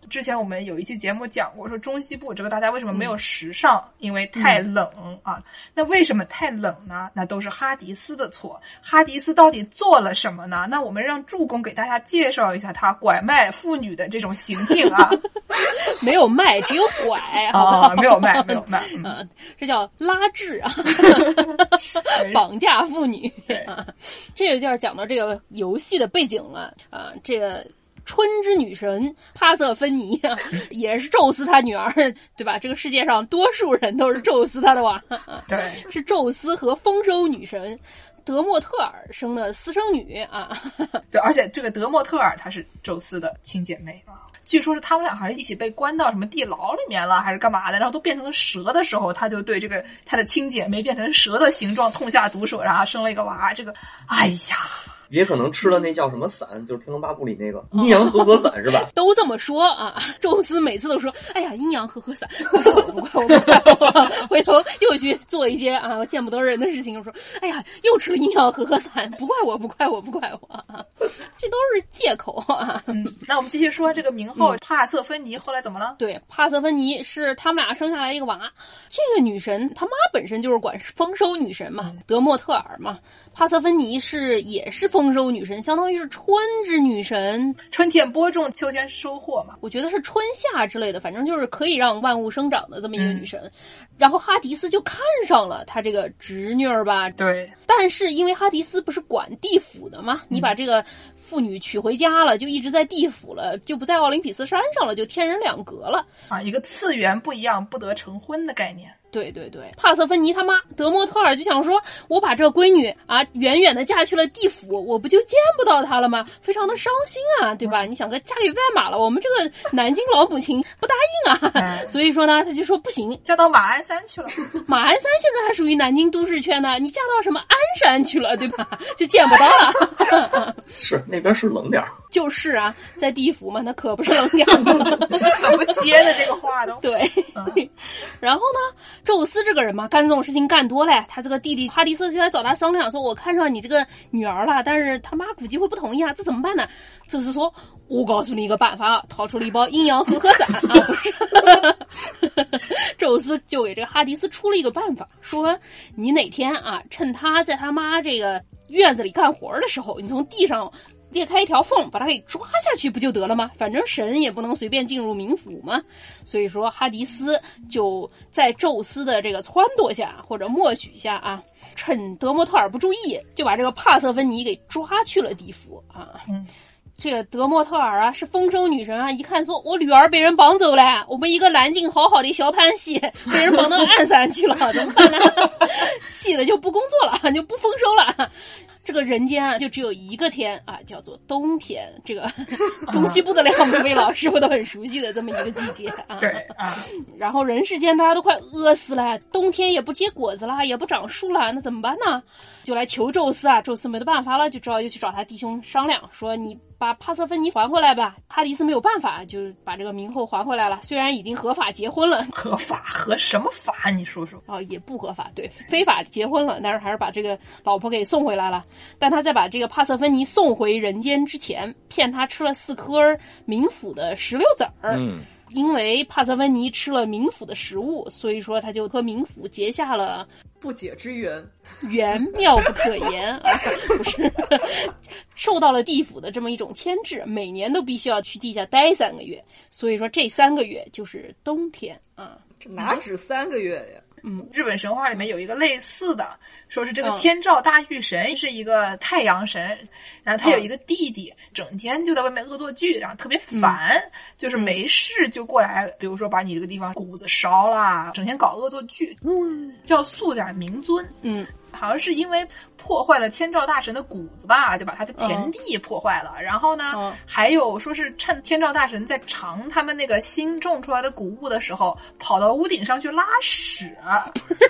Speaker 2: 之前我们有一期节目讲过，说中西部这个大家为什么没有时尚，嗯、因为太冷、嗯、啊。那为什么太冷呢？那都是哈迪斯的错。哈迪斯到底做了什么呢？那我们让助攻给大家介绍一下他拐卖妇女的这种行径啊。
Speaker 3: 没有卖，只有拐
Speaker 2: 啊、哦，没有卖，没有卖，
Speaker 3: 嗯，啊、这叫拉致啊，绑架妇女啊。这个就是讲到这个游戏的背景了啊，这个。春之女神帕瑟芬妮啊，也是宙斯他女儿，对吧？这个世界上多数人都是宙斯他的娃，
Speaker 2: 对，
Speaker 3: 是宙斯和丰收女神德莫特尔生的私生女啊。
Speaker 2: 对，而且这个德莫特尔她是宙斯的亲姐妹啊。据说是他们俩好像一起被关到什么地牢里面了，还是干嘛的？然后都变成了蛇的时候，他就对这个他的亲姐妹变成蛇的形状痛下毒手，然后生了一个娃。这个，哎呀。
Speaker 5: 也可能吃了那叫什么伞，就是《天龙八部》里那个阴阳和合伞是吧？
Speaker 3: 都这么说啊！宙斯每次都说：“哎呀，阴阳和合伞，不怪我，不怪我，不怪我。”回头又去做一些啊见不得人的事情，说：“哎呀，又吃了阴阳和合伞，不怪我，不怪我，不怪我。”啊，这都是借口啊！
Speaker 2: 嗯，那我们继续说这个名后、嗯、帕瑟芬妮后来怎么了？
Speaker 3: 对，帕瑟芬妮是他们俩生下来一个娃。这个女神她妈本身就是管丰收女神嘛，德莫特尔嘛。帕瑟芬妮是也是丰收女神，相当于是春之女神，
Speaker 2: 春天播种，秋天收获嘛。
Speaker 3: 我觉得是春夏之类的，反正就是可以让万物生长的这么一个女神。嗯、然后哈迪斯就看上了她这个侄女儿吧。
Speaker 2: 对。
Speaker 3: 但是因为哈迪斯不是管地府的嘛，你把这个妇女娶回家了，就一直在地府了，就不在奥林匹斯山上了，就天人两隔了
Speaker 2: 啊！一个次元不一样，不得成婚的概念。
Speaker 3: 对对对，帕瑟芬妮他妈德莫特尔就想说，我把这个闺女啊远远的嫁去了地府，我不就见不到她了吗？非常的伤心啊，对吧？你想个嫁给外马了，我们这个南京老母亲不答应啊，嗯、所以说呢，他就说不行，
Speaker 2: 嫁到马鞍山去了。
Speaker 3: 马鞍山现在还属于南京都市圈呢，你嫁到什么鞍山去了，对吧？就见不到了。
Speaker 5: 是那边是冷点儿。
Speaker 3: 就是啊，在地府嘛，那可不是冷点儿。
Speaker 2: 怎么接的这个话都
Speaker 3: 对。嗯、然后呢？宙斯这个人嘛，干这种事情干多了，他这个弟弟哈迪斯就来找他商量，说我看上你这个女儿了，但是他妈估计会不同意啊，这怎么办呢？宙斯说，我告诉你一个办法，掏出了一包阴阳和合伞啊，不是。宙斯就给这个哈迪斯出了一个办法，说你哪天啊，趁他在他妈这个院子里干活的时候，你从地上裂开一条缝，把它给抓下去不就得了吗？反正神也不能随便进入冥府嘛。所以说哈迪斯就在宙斯的这个撺掇下或者默许下啊，趁德莫特尔不注意，就把这个帕瑟芬妮给抓去了地府啊。嗯，这个德莫特尔啊是丰收女神啊，一看说我女儿被人绑走了，我们一个南京好好的小潘西被人绑到鞍山去了，怎么办呢？气的就不工作了，就不丰收了。这个人间啊，就只有一个天啊，叫做冬天。这个中西部的两位老师傅都很熟悉的这么一个季节啊。
Speaker 2: 对啊。
Speaker 3: 然后人世间大家都快饿死了，冬天也不结果子了，也不长树了，那怎么办呢？就来求宙斯啊，宙斯没得办法了，就只好就去找他弟兄商量，说你把帕瑟芬妮还回来吧。哈迪斯没有办法，就把这个冥后还回来了。虽然已经合法结婚了，
Speaker 2: 合法合什么法？你说说。
Speaker 3: 哦，也不合法，对，非法结婚了，但是还是把这个老婆给送回来了。但他在把这个帕瑟芬妮送回人间之前，骗他吃了四颗冥府的石榴籽儿。嗯。因为帕瑟芬妮吃了冥府的食物，所以说他就和冥府结下了
Speaker 4: 不解之缘，
Speaker 3: 缘妙不可言啊！不是，受到了地府的这么一种牵制，每年都必须要去地下待三个月，所以说这三个月就是冬天啊。
Speaker 4: 这哪止三个月呀？
Speaker 2: 嗯，日本神话里面有一个类似的，说是这个天照大御神是一个太阳神，然后他有一个弟弟，整天就在外面恶作剧，然后特别烦，嗯、就是没事就过来，比如说把你这个地方谷子烧啦，整天搞恶作剧，嗯，叫素点明尊，嗯。好像是因为破坏了天照大神的谷子吧，就把他的田地破坏了。嗯、然后呢，嗯、还有说是趁天照大神在尝他们那个新种出来的谷物的时候，跑到屋顶上去拉屎。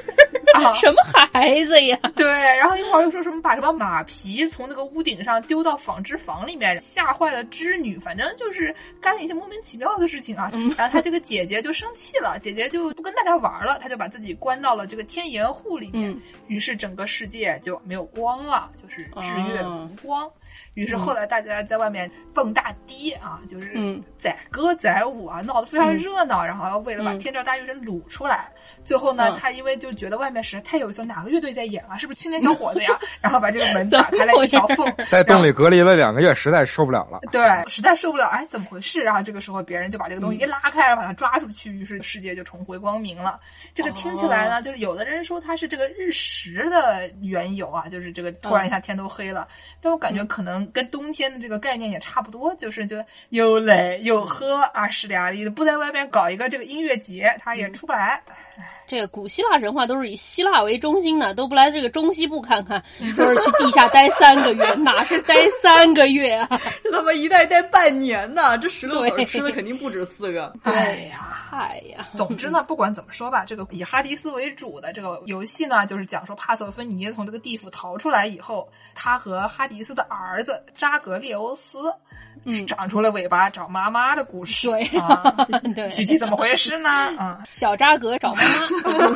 Speaker 2: 啊、
Speaker 3: 什么孩子呀？
Speaker 2: 对，然后一会儿又说什么把什么马皮从那个屋顶上丢到纺织房里面，吓坏了织女，反正就是干了一些莫名其妙的事情啊。嗯、然后他这个姐姐就生气了，姐姐就不跟大家玩了，他就把自己关到了这个天盐户里面，嗯、于是整个世界就没有光了，就是日月无光。哦，于是后来大家在外面蹦大迪啊，就是载歌载舞啊，闹得非常热闹，嗯、然后为了把天照大御神掳出来，嗯、最后呢，嗯、他因为就觉得外面实在太有意思，哪个乐队在演啊？是不是青年小伙子呀？然后把这个门打开了一条缝，
Speaker 6: 在洞里隔离了两个月，实在受不了了。
Speaker 2: 对，实在受不了，哎，怎么回事？然后这个时候别人就把这个东西一拉开，然后把它抓出去，于是世界就重回光明了。这个听起来呢，哦、就是有的人说它是这个日食的缘由啊，就是这个突然一下天都黑了，嗯、但我感觉可能跟冬天的这个概念也差不多，就是就又累又喝啊，是俩里不在外面搞一个这个音乐节，他也出不来。
Speaker 3: 这个古希腊神话都是以希腊为中心的，都不来这个中西部看看，说是去地下待三个月，哪是待三个月啊？
Speaker 4: 这他妈一待待半年呢！这石榴籽吃的肯定不止四个。
Speaker 3: 对呀，哎呀，
Speaker 2: 总之呢，不管怎么说吧，这个以哈迪斯为主的这个游戏呢，就是讲说帕瑟芬妮从这个地府逃出来以后，他和哈迪斯的儿子扎格列欧斯。嗯，长出了尾巴找妈妈的故事。
Speaker 3: 对，
Speaker 2: 啊、
Speaker 3: 对，
Speaker 2: 具体怎么回事呢？啊，
Speaker 3: 小扎格找妈妈。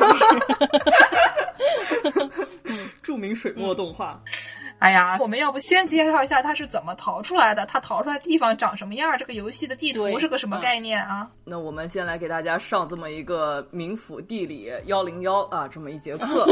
Speaker 4: 著名水墨动画。
Speaker 2: 哎呀，我们要不先介绍一下他是怎么逃出来的？他逃出来的地方长什么样？这个游戏的地图是个什么概念啊？
Speaker 4: 那我们先来给大家上这么一个冥府地理一零一啊，这么一节课。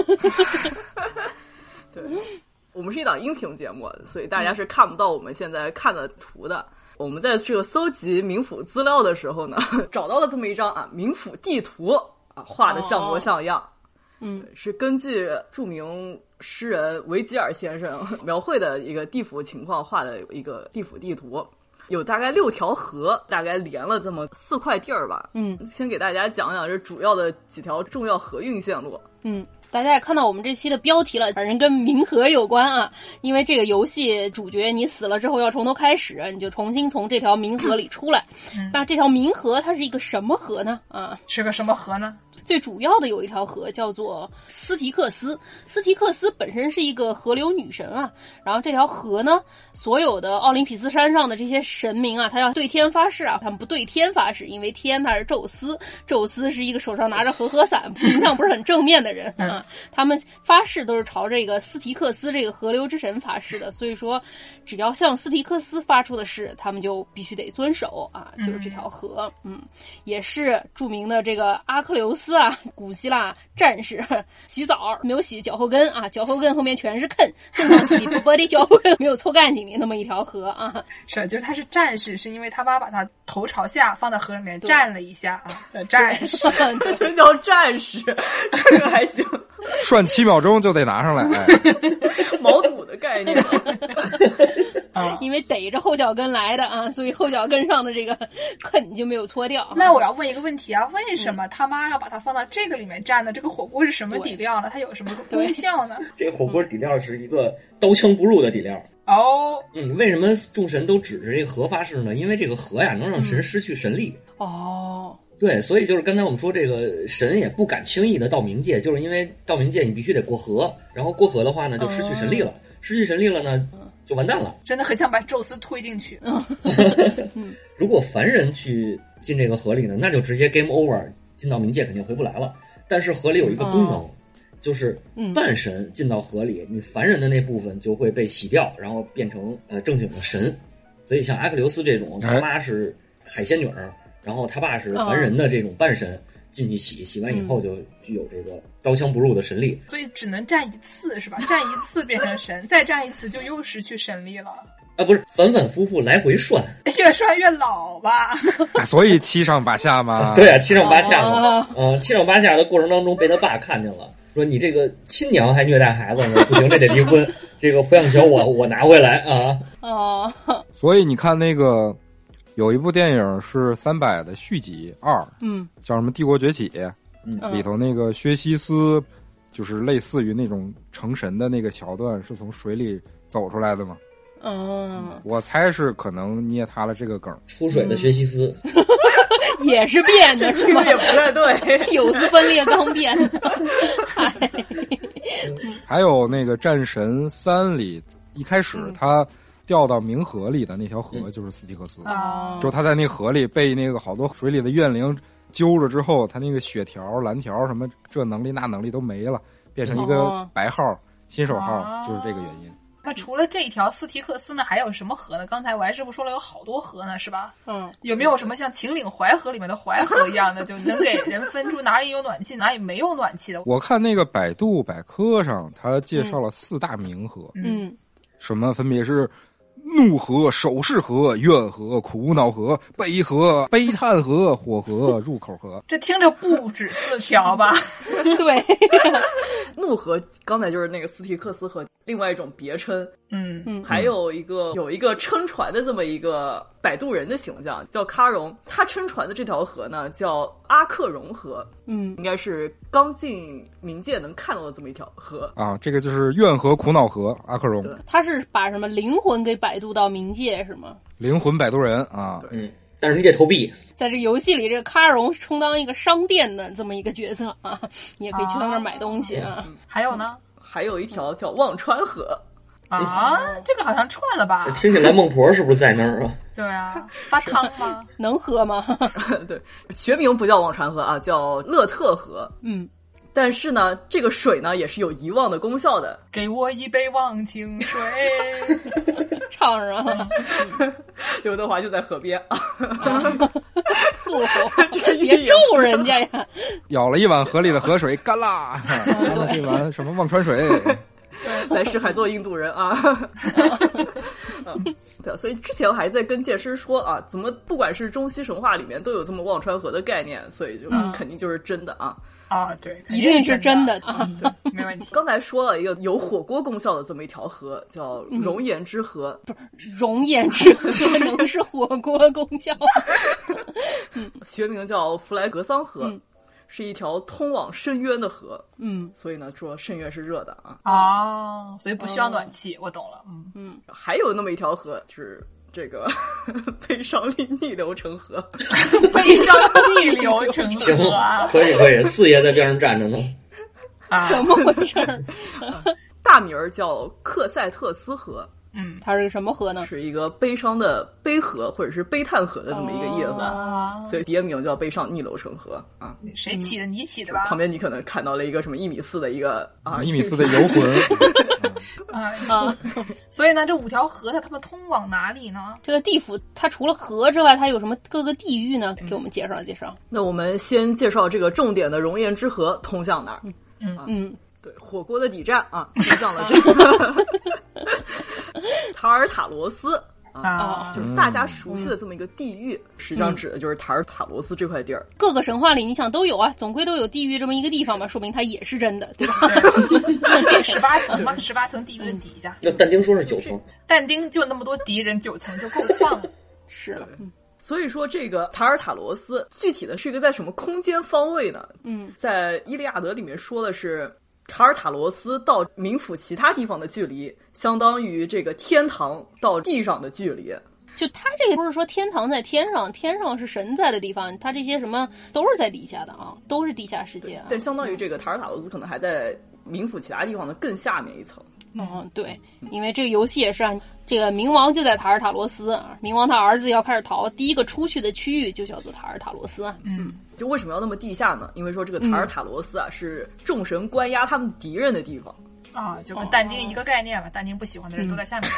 Speaker 4: 对。我们是一档音频节目，所以大家是看不到我们现在看的图的。我们在这个搜集冥府资料的时候呢，找到了这么一张啊冥府地图啊，画的像模像样。
Speaker 3: 嗯，
Speaker 4: 是根据著名诗人维吉尔先生描绘的一个地府情况画的一个地府地图。有大概六条河，大概连了这么四块地儿吧。
Speaker 3: 嗯，
Speaker 4: 先给大家讲讲这主要的几条重要河运线路。
Speaker 3: 嗯。大家也看到我们这期的标题了，反正跟冥河有关啊。因为这个游戏主角你死了之后要从头开始，你就重新从这条冥河里出来。嗯、那这条冥河它是一个什么河呢？啊，
Speaker 2: 是个什么河呢？
Speaker 3: 最主要的有一条河叫做斯提克斯，斯提克斯本身是一个河流女神啊。然后这条河呢，所有的奥林匹斯山上的这些神明啊，他要对天发誓啊，他们不对天发誓，因为天他是宙斯，宙斯是一个手上拿着和合伞，形象不是很正面的人啊。他们发誓都是朝这个斯提克斯这个河流之神发誓的，所以说只要向斯提克斯发出的誓，他们就必须得遵守啊。就是这条河，嗯，也是著名的这个阿克琉斯啊，古希腊战士洗澡没有洗脚后跟啊，脚后跟后面全是坑，正常洗不不的脚后跟没有搓干净的那么一条河啊。
Speaker 2: 是，就是他是战士，是因为他妈把他头朝下放到河里面站了一下啊，战士，
Speaker 4: 这叫战士，这个还行。
Speaker 6: 涮七秒钟就得拿上来，
Speaker 4: 毛肚的概念。
Speaker 3: 啊，因为逮着后脚跟来的啊，所以后脚跟上的这个坑就没有搓掉。
Speaker 2: 那我要问一个问题啊，为什么他妈要把它放到这个里面蘸呢？这个火锅是什么底料呢？它有什么功效呢？
Speaker 5: 这个火锅底料是一个刀枪不入的底料。
Speaker 2: 哦，
Speaker 5: 嗯，为什么众神都指着这个河发誓呢？因为这个河呀能让神失去神力。
Speaker 3: 嗯、哦。
Speaker 5: 对，所以就是刚才我们说这个神也不敢轻易的到冥界，就是因为到冥界你必须得过河，然后过河的话呢就失去神力了，哦、失去神力了呢就完蛋了。
Speaker 2: 真的很想把宙斯推进去。
Speaker 3: 嗯、
Speaker 5: 如果凡人去进这个河里呢，那就直接 game over， 进到冥界肯定回不来了。但是河里有一个功能，哦、就是半神进到河里，你凡人的那部分就会被洗掉，然后变成呃正经的神。所以像阿克琉斯这种，他妈是海仙女儿。然后他爸是凡人的这种半神，进去洗，洗完以后就具有这个刀枪不入的神力，
Speaker 2: 所以只能战一次是吧？战一次变成神，再战一次就又失去神力了。
Speaker 5: 啊，不是，反反复复来回涮，
Speaker 2: 越涮越老吧？
Speaker 6: 所以七上八下嘛。
Speaker 5: 对啊，七上八下嘛。嗯、呃，七上八下的过程当中被他爸看见了，说你这个亲娘还虐待孩子呢，不行，这得离婚。这个抚养权我我拿回来啊。
Speaker 3: 哦。
Speaker 6: 所以你看那个。有一部电影是三百的续集二，
Speaker 3: 嗯，
Speaker 6: 叫什么《帝国崛起》，
Speaker 5: 嗯，
Speaker 6: 里头那个薛西斯，就是类似于那种成神的那个桥段，是从水里走出来的嘛。
Speaker 3: 嗯，
Speaker 6: 我猜是可能捏他了这个梗。
Speaker 5: 出水的薛西斯，
Speaker 3: 也是变的是吗？
Speaker 4: 也不太对，
Speaker 3: 有丝分裂刚变的。
Speaker 6: 还有那个战神三里，一开始他掉到冥河里的那条河就是斯提克斯，
Speaker 3: 哦、
Speaker 6: 就他在那河里被那个好多水里的怨灵揪着之后，他那个血条、蓝条什么这能力那能力都没了，变成一个白号、哦、新手号，就是这个原因。
Speaker 2: 那除了这一条斯提克斯呢，还有什么河呢？刚才王师傅说了有好多河呢，是吧？
Speaker 3: 嗯，
Speaker 2: 有没有什么像秦岭淮河里面的淮河一样的，就能给人分出哪里有暖气，哪里没有暖气的？
Speaker 6: 我看那个百度百科上，他介绍了四大冥河，
Speaker 3: 嗯，
Speaker 6: 什么分别是怒河、手势河、怨河、苦恼河、悲河、悲叹河、火河、入口河。
Speaker 2: 这听着不止四条吧？
Speaker 3: 对，
Speaker 4: 怒河刚才就是那个斯提克斯河另外一种别称。
Speaker 2: 嗯
Speaker 3: 嗯，
Speaker 4: 还有一个有一个撑船的这么一个摆渡人的形象，叫喀戎。他撑船的这条河呢叫阿克戎河，
Speaker 3: 嗯，
Speaker 4: 应该是刚进冥界能看到的这么一条河
Speaker 6: 啊。这个就是怨河、苦恼河，阿克戎。
Speaker 3: 他是把什么灵魂给摆渡到冥界是吗？
Speaker 6: 灵魂摆渡人啊，
Speaker 5: 嗯，但是你得投币。
Speaker 3: 在这个游戏里，这个喀戎充当一个商店的这么一个角色啊，你也可以去到那儿买东西啊。
Speaker 2: 嗯、还有呢？
Speaker 4: 还有一条叫忘川河。
Speaker 2: 啊，这个好像串了吧？
Speaker 5: 听起来孟婆是不是在那儿啊？
Speaker 2: 对啊，发汤吗？
Speaker 3: 能喝吗？
Speaker 4: 对，学名不叫忘川河啊，叫勒特河。
Speaker 3: 嗯，
Speaker 4: 但是呢，这个水呢也是有遗忘的功效的。
Speaker 2: 给我一杯忘情水，
Speaker 3: 唱上了。
Speaker 4: 刘德华就在河边啊，
Speaker 3: 呵，别咒人家呀！
Speaker 6: 舀了一碗河里的河水，干啦！干了这碗什么忘川水？
Speaker 4: 来世还做印度人啊！嗯，对，所以之前我还在跟剑师说啊，怎么不管是中西神话里面都有这么忘川河的概念，所以就肯定就是真的啊！
Speaker 2: 啊、嗯，对，
Speaker 3: 一定是真的啊！
Speaker 2: 对，没问题。
Speaker 4: 刚才说了一个有火锅功效的这么一条河，叫熔岩之河。
Speaker 3: 不是熔岩之河能是火锅功效？
Speaker 4: 学名叫弗莱格桑河。
Speaker 3: 嗯，
Speaker 4: 是一条通往深渊的河，
Speaker 3: 嗯，
Speaker 4: 所以呢，说深渊是热的啊。
Speaker 2: 哦，所以不需要暖气，哦、我懂了。嗯
Speaker 4: 嗯，还有那么一条河，就是这个悲伤逆逆流成河，
Speaker 2: 悲伤逆流成河啊！
Speaker 5: 可以可以，四爷在边上站着呢。
Speaker 2: 啊，
Speaker 3: 怎么回事？
Speaker 4: 大名儿叫克塞特斯河。
Speaker 2: 嗯，
Speaker 3: 它是个什么河呢？
Speaker 4: 是一个悲伤的悲河或者是悲叹河的这么一个意思，
Speaker 2: 哦、
Speaker 4: 所以别名叫悲伤逆流成河啊。
Speaker 2: 谁起的？你起的吧？
Speaker 4: 旁边你可能看到了一个什么一米四的一个啊，
Speaker 6: 一米四的游魂
Speaker 2: 啊啊！所以呢，这五条河它它们通往哪里呢？
Speaker 3: 这个地府它除了河之外，它有什么各个地域呢？给我们介绍介绍。
Speaker 4: 那我们先介绍这个重点的熔岩之河通向哪儿？
Speaker 3: 嗯嗯，
Speaker 4: 对，火锅的底站啊，通向了这个塔尔塔罗斯啊，就是大家熟悉的这么一个地域，实际上指的就是塔尔塔罗斯这块地儿。
Speaker 3: 各个神话里你想都有啊，总归都有地狱这么一个地方嘛，说明它也是真的，对吧？
Speaker 2: 对，十八层嘛，十八层地狱的底下。
Speaker 5: 那但丁说是九层，
Speaker 2: 但丁就那么多敌人，九层就够放了。
Speaker 3: 是了。
Speaker 4: 所以说，这个塔尔塔罗斯具体的是一个在什么空间方位呢？
Speaker 3: 嗯，
Speaker 4: 在《伊利亚德》里面说的是，塔尔塔罗斯到冥府其他地方的距离，相当于这个天堂到地上的距离。
Speaker 3: 就他这个不是说天堂在天上，天上是神在的地方，他这些什么都是在底下的啊，都是地下世界啊。
Speaker 4: 但相当于这个塔尔塔罗斯可能还在冥府其他地方的更下面一层。
Speaker 3: 嗯，对，因为这个游戏也是啊，这个冥王就在塔尔塔罗斯啊，冥王他儿子要开始逃，第一个出去的区域就叫做塔尔塔罗斯啊。
Speaker 2: 嗯，
Speaker 4: 就为什么要那么地下呢？因为说这个塔尔塔罗斯啊、嗯、是众神关押他们敌人的地方
Speaker 2: 啊，就跟但丁一个概念吧，但丁不喜欢的人都在下面。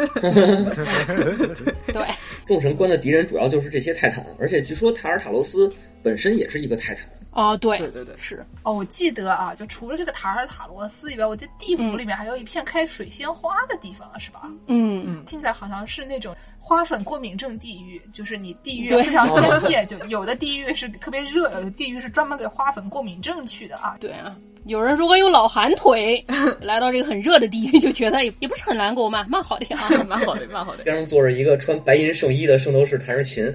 Speaker 3: 对，
Speaker 5: 众神关的敌人主要就是这些泰坦，而且据说塔尔塔罗斯本身也是一个泰坦。
Speaker 3: 哦，对
Speaker 4: 对对对，
Speaker 3: 是
Speaker 2: 哦，我记得啊，就除了这个塔尔塔罗斯以外，我记得地府里面还有一片开水仙花的地方，是吧？
Speaker 3: 嗯嗯，
Speaker 2: 听起来好像是那种花粉过敏症地狱，就是你地狱非常专业，就有的地狱是特别热，有的地狱是专门给花粉过敏症去的啊。
Speaker 3: 对啊，有人如果有老寒腿，来到这个很热的地狱，就觉得也也不是很难过嘛，蛮好的啊，
Speaker 4: 蛮好的，蛮好的。
Speaker 5: 边上坐着一个穿白银圣衣的圣斗士弹着琴。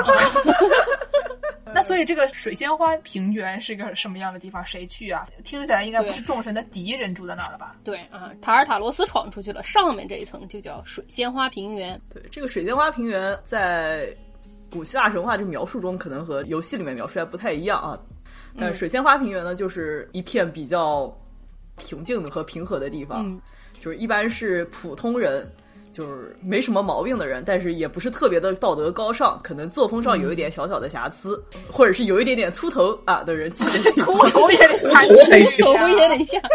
Speaker 2: 那所以这个水仙花平原是一个什么样的地方？谁去啊？听起来应该不是众神的敌人住在那儿了吧？
Speaker 3: 对啊，塔尔塔罗斯闯出去了，上面这一层就叫水仙花平原。
Speaker 4: 对，这个水仙花平原在古希腊神话这描述中可能和游戏里面描述还不太一样啊。但水仙花平原呢，就是一片比较平静的和平和的地方，嗯、就是一般是普通人，就是没什么毛病的人，但是也不是特别的道德高尚，可能作风上有一点小小的瑕疵，嗯、或者是有一点点秃头啊的人去的地方。
Speaker 2: 秃头也得
Speaker 3: 像，秃头也得像。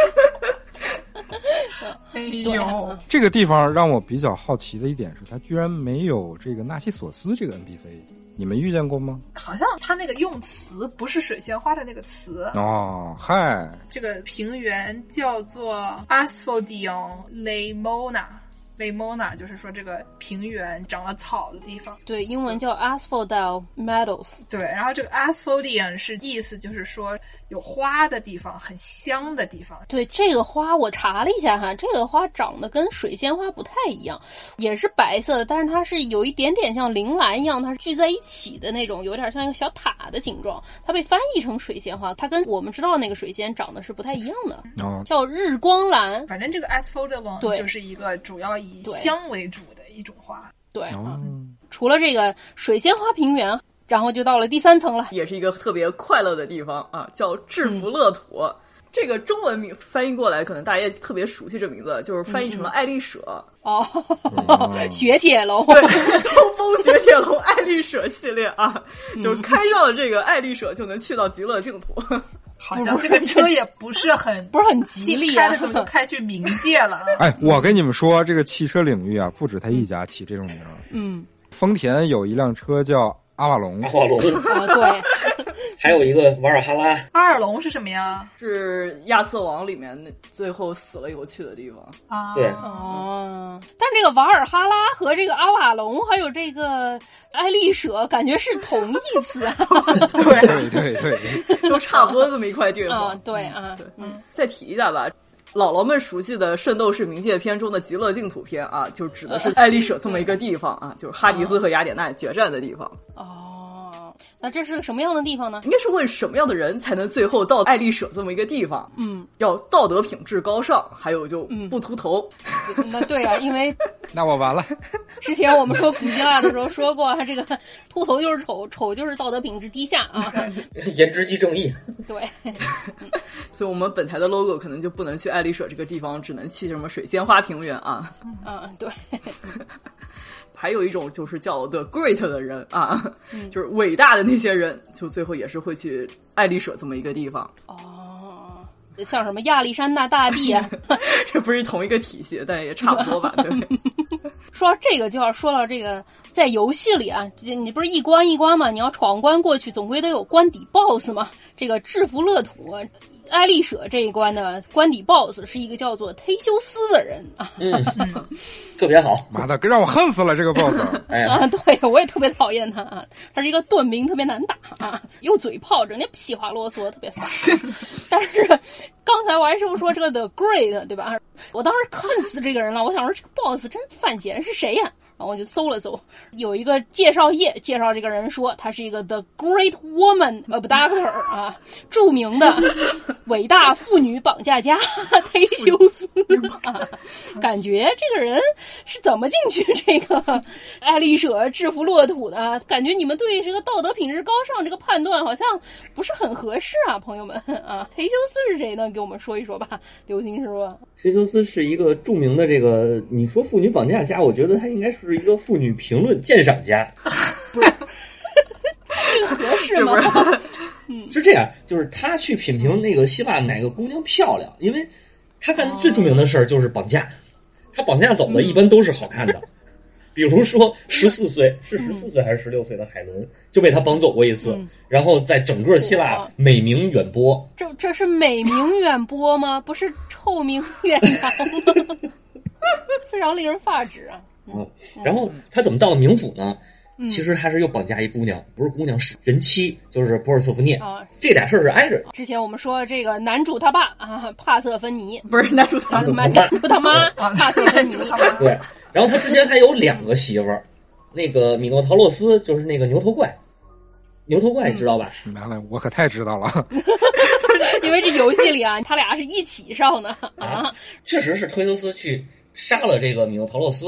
Speaker 2: 哎呦，
Speaker 6: 这个地方让我比较好奇的一点是，它居然没有这个纳西索斯这个 N P C， 你们遇见过吗？
Speaker 2: 好像他那个用词不是水仙花的那个词
Speaker 6: 哦，嗨，
Speaker 2: 这个平原叫做 Asphodel Lemona。Lemona 就是说这个平原长了草的地方，
Speaker 3: 对，英文叫 Asphodel Meadows。
Speaker 2: 对，然后这个 Asphodel 是意思就是说有花的地方，很香的地方。
Speaker 3: 对，这个花我查了一下哈，这个花长得跟水仙花不太一样，也是白色的，但是它是有一点点像铃兰一样，它是聚在一起的那种，有点像一个小塔的形状。它被翻译成水仙花，它跟我们知道那个水仙长得是不太一样的，哦、叫日光兰。
Speaker 2: 反正这个 Asphodel 就是一个主要以以香为主的一种花。
Speaker 3: 对，嗯、除了这个水仙花平原，然后就到了第三层了，
Speaker 4: 也是一个特别快乐的地方啊，叫制服乐土。嗯、这个中文名翻译过来，可能大家也特别熟悉这名字，就是翻译成了爱丽舍。
Speaker 3: 哦，雪铁龙，
Speaker 4: 对，东风雪铁龙爱丽舍系列啊，嗯、就开上了这个爱丽舍就能去到极乐净土。
Speaker 2: 好像这个车也不是很
Speaker 3: 不是很吉利
Speaker 2: 啊，开的怎么就开去冥界了啊？
Speaker 6: 哎，我跟你们说，这个汽车领域啊，不止他一家起这种名。
Speaker 3: 嗯，
Speaker 6: 丰田有一辆车叫阿瓦隆，
Speaker 5: 阿瓦隆，
Speaker 3: 啊，对。
Speaker 5: 还有一个瓦尔哈拉。
Speaker 2: 阿尔隆是什么呀？
Speaker 4: 是亚瑟王里面最后死了以后去的地方
Speaker 2: 啊。
Speaker 5: 对。
Speaker 3: 哦，但这个瓦尔哈拉和这个阿瓦隆还有这个爱丽舍感觉是同义词啊。
Speaker 6: 对对对，
Speaker 4: 都差不多这么一块地方。
Speaker 3: 啊，对啊，
Speaker 4: 对，嗯，再提一下吧。姥姥们熟悉的《圣斗士冥界篇》中的极乐净土篇啊，就指的是爱丽舍这么一个地方啊，就是哈迪斯和雅典娜决战的地方。
Speaker 3: 哦，那这是个什么样的地方呢？
Speaker 4: 应该是问什么样的人才能最后到爱丽舍这么一个地方？
Speaker 3: 嗯，
Speaker 4: 要道德品质高尚，还有就不秃头。
Speaker 3: 嗯、那对啊，因为
Speaker 6: 那我完了。
Speaker 3: 之前我们说古希腊的时候说过，这个秃头就是丑，丑就是道德品质低下啊。
Speaker 5: 颜值即正义。
Speaker 3: 对。
Speaker 4: 所以我们本台的 logo 可能就不能去爱丽舍这个地方，只能去什么水仙花平原啊。
Speaker 3: 嗯，对。
Speaker 4: 还有一种就是叫 The Great 的人啊，嗯、就是伟大的那些人，就最后也是会去爱丽舍这么一个地方。
Speaker 3: 哦，像什么亚历山大大帝啊，
Speaker 4: 这不是同一个体系，但也差不多吧？对。
Speaker 3: 说到这个，就要说到这个，在游戏里啊，你不是一关一关嘛，你要闯关过去，总归得有关底 B O S S 嘛。这个制服乐土。爱丽舍这一关的关底 B O S S 是一个叫做忒修斯的人啊，
Speaker 5: 嗯，特别好，
Speaker 6: 妈的，让我恨死了这个 B O S S。
Speaker 5: 哎呀，
Speaker 3: 啊，对，我也特别讨厌他啊，他是一个盾兵，特别难打啊，又嘴炮，整天屁话啰嗦，特别烦。但是刚才我还是不说这个 The Great 对吧？我当时恨死这个人了，我想说这个 B O S S 真犯闲是谁呀？然后我就搜了搜，有一个介绍页介绍这个人说他是一个 The Great Woman Abductor 啊，著名的伟大妇女绑架家忒修斯啊，感觉这个人是怎么进去这个爱丽舍制服乐土的？感觉你们对这个道德品质高尚这个判断好像不是很合适啊，朋友们啊，忒修斯是谁呢？给我们说一说吧，刘金师傅。
Speaker 5: 忒修斯是一个著名的这个，你说妇女绑架家，我觉得他应该是一个妇女评论鉴赏家，
Speaker 3: 不是？这个合适吗？
Speaker 5: 嗯，是这样，就是他去品评那个希腊哪个姑娘漂亮，因为他干的最著名的事儿就是绑架，他绑架走的一般都是好看的。嗯，比如说十四岁是十四岁还是十六岁的海伦就被他绑走过一次，嗯，然后在整个希腊美名远播。
Speaker 3: 这这是美名远播吗？不是臭名远扬吗？非常令人发指啊！
Speaker 5: 嗯，然后他怎么到了冥府呢？嗯，其实他是又绑架一姑娘，不是姑娘是人妻，就是波尔瑟福涅啊。这俩事儿是挨着。
Speaker 3: 之前我们说这个男主他爸啊，帕瑟芬尼
Speaker 4: 不是男主他
Speaker 3: 妈，男主他妈帕瑟芬尼。
Speaker 5: 对，然后他之前还有两个媳妇儿，那个米诺陶洛斯就是那个牛头怪，牛头怪你知道吧？
Speaker 6: 完了，我可太知道了。
Speaker 3: 因为这游戏里啊，他俩是一起上的啊。
Speaker 5: 确实是忒修斯去杀了这个米诺陶洛斯，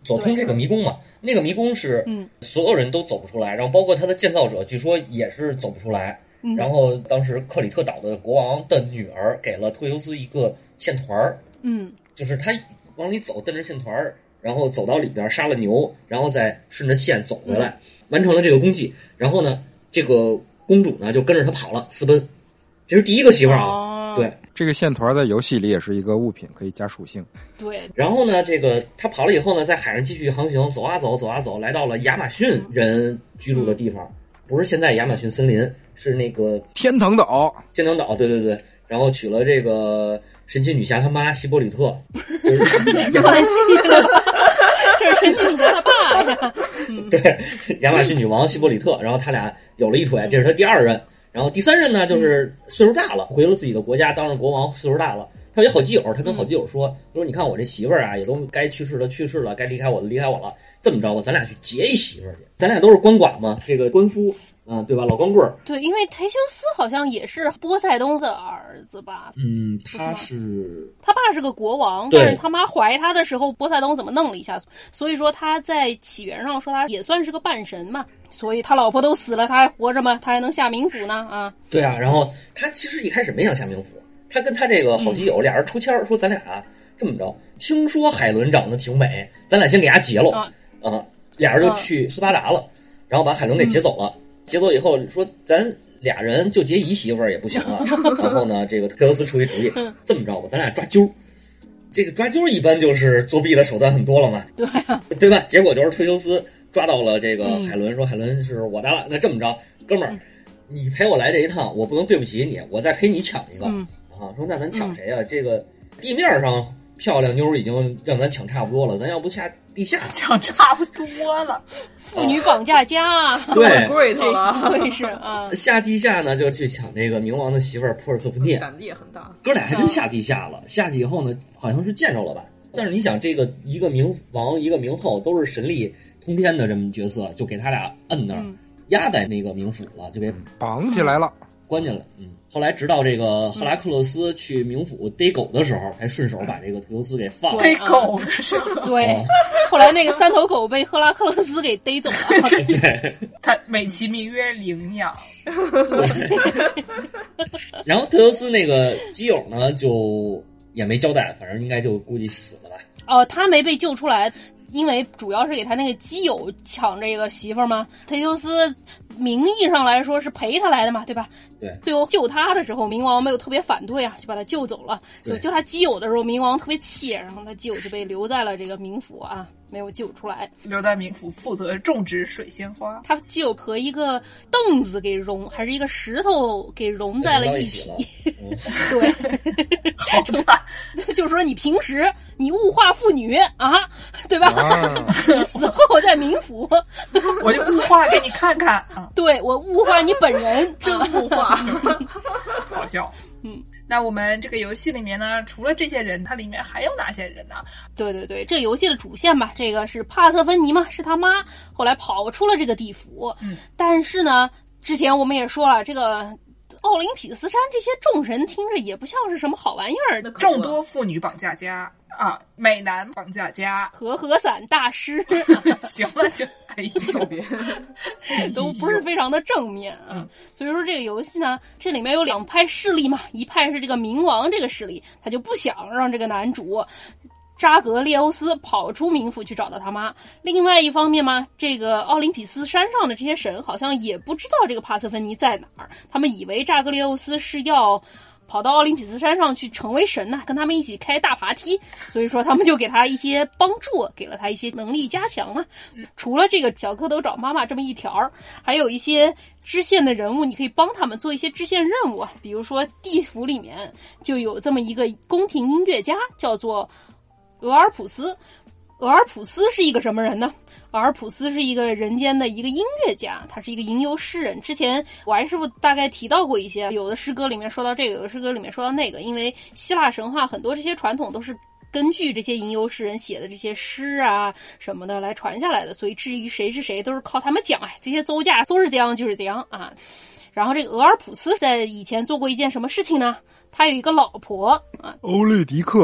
Speaker 7: 走通这个迷宫嘛。那个迷宫是所有人都走不出来，然后包括它的建造者据说也是走不出来。然后当时克里特岛的国王的女儿给了忒修斯一个线团，嗯，就是他往里走，蹬着线团，然后走到里边杀了牛，然后再顺着线走回来，嗯、完成了这个功绩。然后呢，这个公主呢就跟着他跑了，私奔。这是第一个媳妇儿啊。哦、对，
Speaker 6: 这个线团在游戏里也是一个物品，可以加属性。
Speaker 3: 对。
Speaker 7: 然后呢，这个他跑了以后呢，在海上继续航行，走啊走，走啊走，来到了亚马逊人居住的地方，嗯、不是现在亚马逊森林，是那个
Speaker 6: 天堂岛。
Speaker 7: 天堂岛，对对对。然后娶了这个神奇女侠他妈希波里特，就是
Speaker 3: 关系了，这是神奇女侠他爸呀。
Speaker 7: 嗯、对，亚马逊女王希波里特，然后他俩有了一腿，这是他第二任。然后第三任呢，就是岁数大了，回了自己的国家，当上国王，岁数大了。他有一好基友，他跟好基友说：“说你看我这媳妇儿啊，也都该去世的去世了，该离开我的离开我了。这么着吧，咱俩去结一媳妇儿去，咱俩都是鳏寡嘛，这个官夫。”嗯，对吧？老光棍儿。
Speaker 3: 对，因为忒修斯好像也是波塞冬的儿子吧？
Speaker 7: 嗯，他是
Speaker 3: 他爸是个国王，但是他妈怀他的时候，波塞冬怎么弄了一下？所以说他在起源上说他也算是个半神嘛。所以他老婆都死了，他还活着吗？他还能下冥府呢？啊，
Speaker 7: 对啊。然后他其实一开始没想下冥府，他跟他这个好基友、嗯、俩人抽签说咱俩、啊、这么着，听说海伦长得挺美，咱俩先给他结了啊、呃。俩人就去斯巴达了，然后把海伦给劫走了。嗯结果以后说咱俩人就结一媳妇儿也不行啊，然后呢，这个忒修斯出一主意，这么着吧，咱俩抓阄。这个抓阄一般就是作弊的手段很多了嘛，
Speaker 3: 对啊，
Speaker 7: 对吧？结果就是忒修斯抓到了这个海伦，说海伦是我的了，那这么着，哥们儿，你陪我来这一趟，我不能对不起你，我再陪你抢一个、嗯、啊。说那咱抢谁啊？嗯、这个地面上漂亮妞已经让咱抢差不多了，咱要不下地下
Speaker 2: 抢差不多了，
Speaker 3: 妇女绑架家，
Speaker 7: 对，
Speaker 4: 贵头了，
Speaker 3: 会是啊。
Speaker 7: 下地下呢，就去抢这个冥王的媳妇儿珀尔瑟福涅，
Speaker 4: 胆子也很大。
Speaker 7: 哥俩还真下地下了，下去以后呢，好像是见着了吧？但是你想，这个一个冥王，一个冥后，都是神力通天的这么角色，就给他俩摁那儿，嗯、压在那个冥府了，就给
Speaker 6: 绑起来了，
Speaker 7: 关进来。嗯。后来直到这个赫拉克勒斯去冥府逮狗的时候，才顺手把这个忒修斯给放了。
Speaker 2: 逮狗的时候，
Speaker 3: 对。后来那个三头狗被赫拉克勒斯给逮走了。
Speaker 7: 对，
Speaker 2: 他美其名曰领养。
Speaker 3: 对。
Speaker 7: 然后忒修斯那个基友呢，就也没交代，反正应该就估计死了吧。
Speaker 3: 哦，他没被救出来。因为主要是给他那个基友抢这个媳妇儿嘛，忒修斯名义上来说是陪他来的嘛，对吧？
Speaker 7: 对。
Speaker 3: 最后救他的时候，冥王没有特别反对啊，就把他救走了。就救他基友的时候，冥王特别气，然后他基友就被留在了这个冥府啊，没有救出来。
Speaker 2: 留在冥府负责种植水仙花。
Speaker 3: 他基友和一个凳子给融，还是一个石头给融在了一起。
Speaker 7: 嗯、
Speaker 3: 对。
Speaker 2: 好惨。
Speaker 3: 就是说你平时你物化妇女啊，对吧？啊、你死后在冥府，
Speaker 2: 我就物化给你看看。啊、
Speaker 3: 对，我物化你本人，
Speaker 2: 真物化，好笑。嗯，那我们这个游戏里面呢，除了这些人，它里面还有哪些人呢？
Speaker 3: 对对对，这游戏的主线吧，这个是帕瑟芬妮嘛，是他妈，后来跑出了这个地府。嗯，但是呢，之前我们也说了，这个奥林匹斯山这些众神听着也不像是什么好玩意儿的，
Speaker 2: 众多妇女绑架家啊，美男绑架家，
Speaker 3: 和合伞大师，
Speaker 2: 行了就哎呦，
Speaker 3: 都不是非常的正面啊。嗯、所以说这个游戏呢，这里面有两派势力嘛，一派是这个冥王这个势力，他就不想让这个男主扎格列欧斯跑出冥府去找到他妈。另外一方面嘛，这个奥林匹斯山上的这些神好像也不知道这个帕瑟芬妮在哪儿，他们以为扎格列欧斯是要跑到奥林匹斯山上去成为神呐、啊，跟他们一起开大爬梯，所以说他们就给他一些帮助，给了他一些能力加强嘛。除了这个小蝌蚪找妈妈这么一条，还有一些支线的人物，你可以帮他们做一些支线任务，比如说地府里面就有这么一个宫廷音乐家，叫做俄尔普斯。俄尔普斯是一个什么人呢？俄尔普斯是一个人间的一个音乐家，他是一个吟游诗人。之前我师傅大概提到过一些，有的诗歌里面说到这个，有的诗歌里面说到那个，因为希腊神话很多这些传统都是根据这些吟游诗人写的这些诗啊什么的来传下来的，所以至于谁是谁都是靠他们讲，哎，这些奏架说是这样就是这样啊。然后这个俄尔普斯在以前做过一件什么事情呢？他有一个老婆啊，
Speaker 6: 欧律狄克。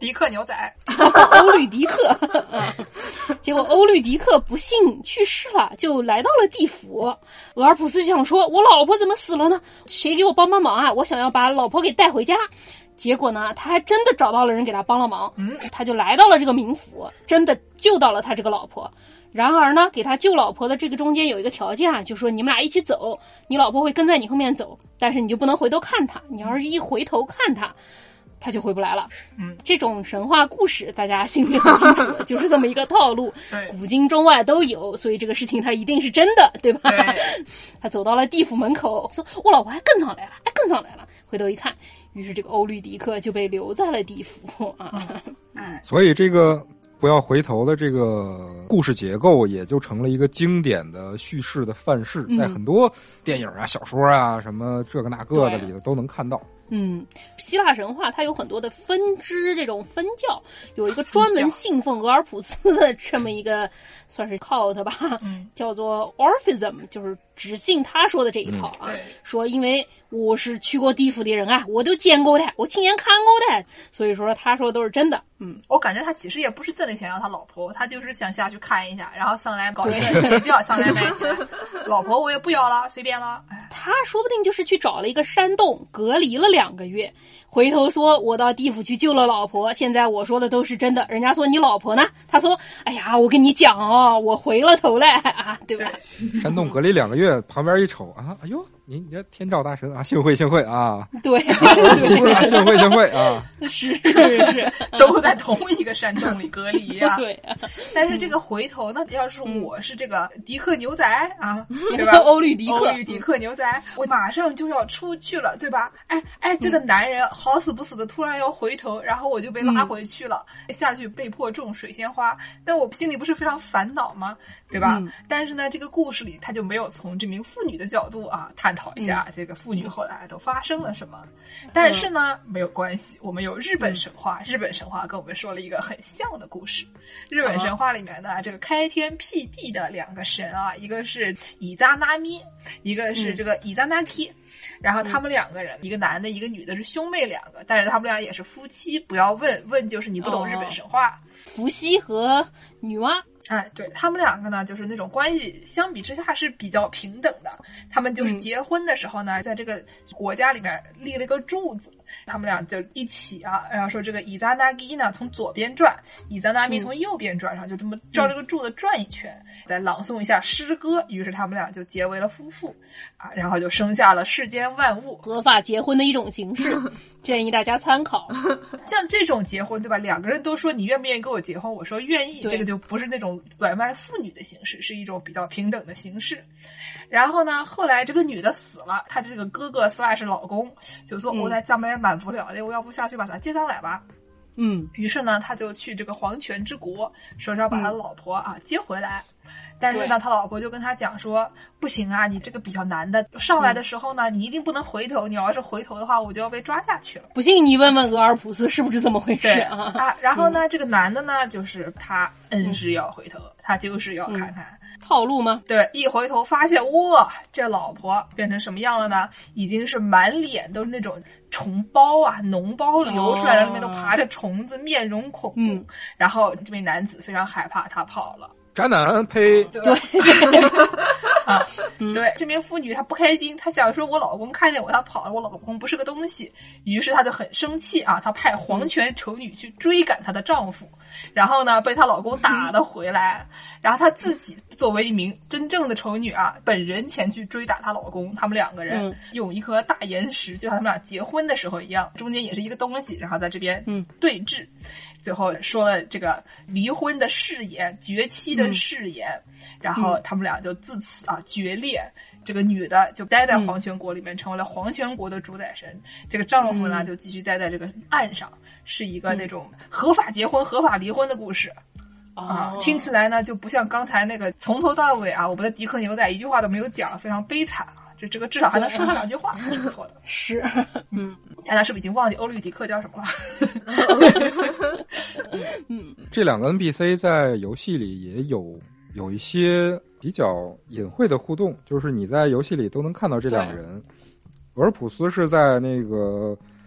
Speaker 2: 迪克牛仔，
Speaker 3: 欧律狄克。啊，结果欧律狄克不幸去世了，就来到了地府。俄耳普斯想说，我老婆怎么死了呢？谁给我帮帮忙啊？我想要把老婆给带回家。结果呢，他还真的找到了人给他帮了忙。嗯，他就来到了这个冥府，真的救到了他这个老婆。然而呢，给他救老婆的这个中间有一个条件啊，就说你们俩一起走，你老婆会跟在你后面走，但是你就不能回头看她，你要是一回头看她，她就回不来了。嗯，这种神话故事大家心里很清楚的，就是这么一个套路，古今中外都有，所以这个事情它一定是真的，对吧？对，他走到了地府门口，说我老婆还跟上来了，还跟上来了，回头一看，于是这个欧律狄克就被留在了地府啊。
Speaker 6: 嗯，所以这个不要回头的这个故事结构也就成了一个经典的叙事的范式，在很多电影啊、小说啊什么这个那个的里头都能看到。
Speaker 3: 嗯，希腊神话它有很多的分支，这种分教，有一个专门信奉俄耳普斯的这么一个算是 cult 吧，嗯，叫做 Orphism， 就是只信他说的这一套啊。嗯、说因为我是去过地府的人啊，我都见过的，我亲眼看过的，所以说他说的都是真的。嗯，
Speaker 2: 我感觉他其实也不是真的想要他老婆，他就是想下去看一下，然后上来搞一点邪教，上来买老婆我也不要了，随便了。
Speaker 3: 他说不定就是去找了一个山洞，隔离了两个月，回头说我到地府去救了老婆，现在我说的都是真的。人家说你老婆呢？他说哎呀，我跟你讲哦，我回了头来啊，对吧？
Speaker 6: 山洞隔离两个月，旁边一瞅啊，哎呦，你你这天照大神啊，幸会幸会啊，
Speaker 3: 对对
Speaker 6: 对，啊，幸会幸会啊，
Speaker 3: 是是是，
Speaker 2: 都在同一个山洞里隔离啊。
Speaker 3: 对啊，
Speaker 2: 但是这个回头呢，要是我是这个迪克牛仔啊，对吧？
Speaker 3: 欧律狄克，
Speaker 2: 欧律狄克牛仔，我马上就要出去了，对吧？哎哎，这个男人好死不死的突然要回头，然后我就被拉回去了，嗯、下去被迫种水仙花，那我心里不是非常烦恼吗？对吧？嗯、但是呢，这个故事里他就没有从这名妇女的角度啊探讨一下、嗯、这个妇女后来都发生了什么。但是呢，没有关系，我们有日本神话，嗯、日本神话跟我们说了一个很像的故事。日本神话里面呢，这个开天辟地的两个神啊，一个是伊扎那咪，一个是这个伊扎那基。然后他们两个人，一个男的，一个女的，是兄妹两个，但是他们俩也是夫妻。不要问，问就是你不懂日本神话。哦、
Speaker 3: 伏羲和女娲，
Speaker 2: 哎，对他们两个呢，就是那种关系，相比之下是比较平等的。他们就是结婚的时候呢，嗯、在这个国家里面立了一个柱子，他们俩就一起啊，然后说这个伊扎那基呢从左边转，伊扎那咪从右边转，然后就这么照这个柱子转一圈，嗯、再朗诵一下诗歌，于是他们俩就结为了夫妇啊，然后就生下了世间万物，
Speaker 3: 合法结婚的一种形式，建议大家参考。
Speaker 2: 像这种结婚，对吧？两个人都说你愿不愿意跟我结婚，我说愿意，这个就不是那种拐卖妇女的形式，是一种比较平等的形式。然后呢，后来这个女的死了，她这个哥哥slash老公就说我在上面蛮无聊的，我要不下去把她接上来吧。嗯，于是呢，他就去这个黄泉之国，说是要把他老婆啊、嗯、接回来。但是呢，他老婆就跟他讲说，不行啊，你这个比较难的，上来的时候呢，嗯、你一定不能回头，你要是回头的话，我就要被抓下去了。
Speaker 3: 不信你问问俄耳普斯是不是这么回事啊？
Speaker 2: 啊，然后呢，嗯、这个男的呢，就是他恩是要回头，嗯、他就是要看看。
Speaker 3: 嗯、套路吗？
Speaker 2: 对，一回头发现，哇，这老婆变成什么样了呢？已经是满脸都是那种虫包啊、脓包流出来了，里面都爬着虫子，面容恐怖。嗯、然后这名男子非常害怕，他跑了。
Speaker 6: 渣男呸！
Speaker 2: 对啊，嗯、对，这名妇女她不开心，她想说我老公看见我，他跑了，我老公不是个东西，于是她就很生气啊，她派黄泉丑女去追赶她的丈夫，然后呢被她老公打了回来，然后她自己作为一名真正的丑女啊，本人前去追打她老公，他们两个人用一颗大岩石，就像他们俩结婚的时候一样，中间也是一个东西，然后在这边对峙。最后说了这个离婚的誓言，绝妻的誓言，嗯、然后他们俩就自此啊决裂。这个女的就待在黄泉国里面，成为了黄泉国的主宰神。嗯、这个丈夫呢，就继续待在这个岸上，是一个那种合法结婚、合法离婚的故事。啊，听起来呢就不像刚才那个从头到尾啊，我们的迪克牛仔一句话都没有讲，非常悲惨啊。这这个至少还能说上两句话，是不错的。
Speaker 3: 是，嗯，
Speaker 2: 大家是不是已经忘记欧律狄克叫什么了？
Speaker 6: 嗯，这两个 N P C 在游戏里也有有一些比较隐晦的互动，就是你在游戏里都能看到这两个人。俄耳普斯是在那个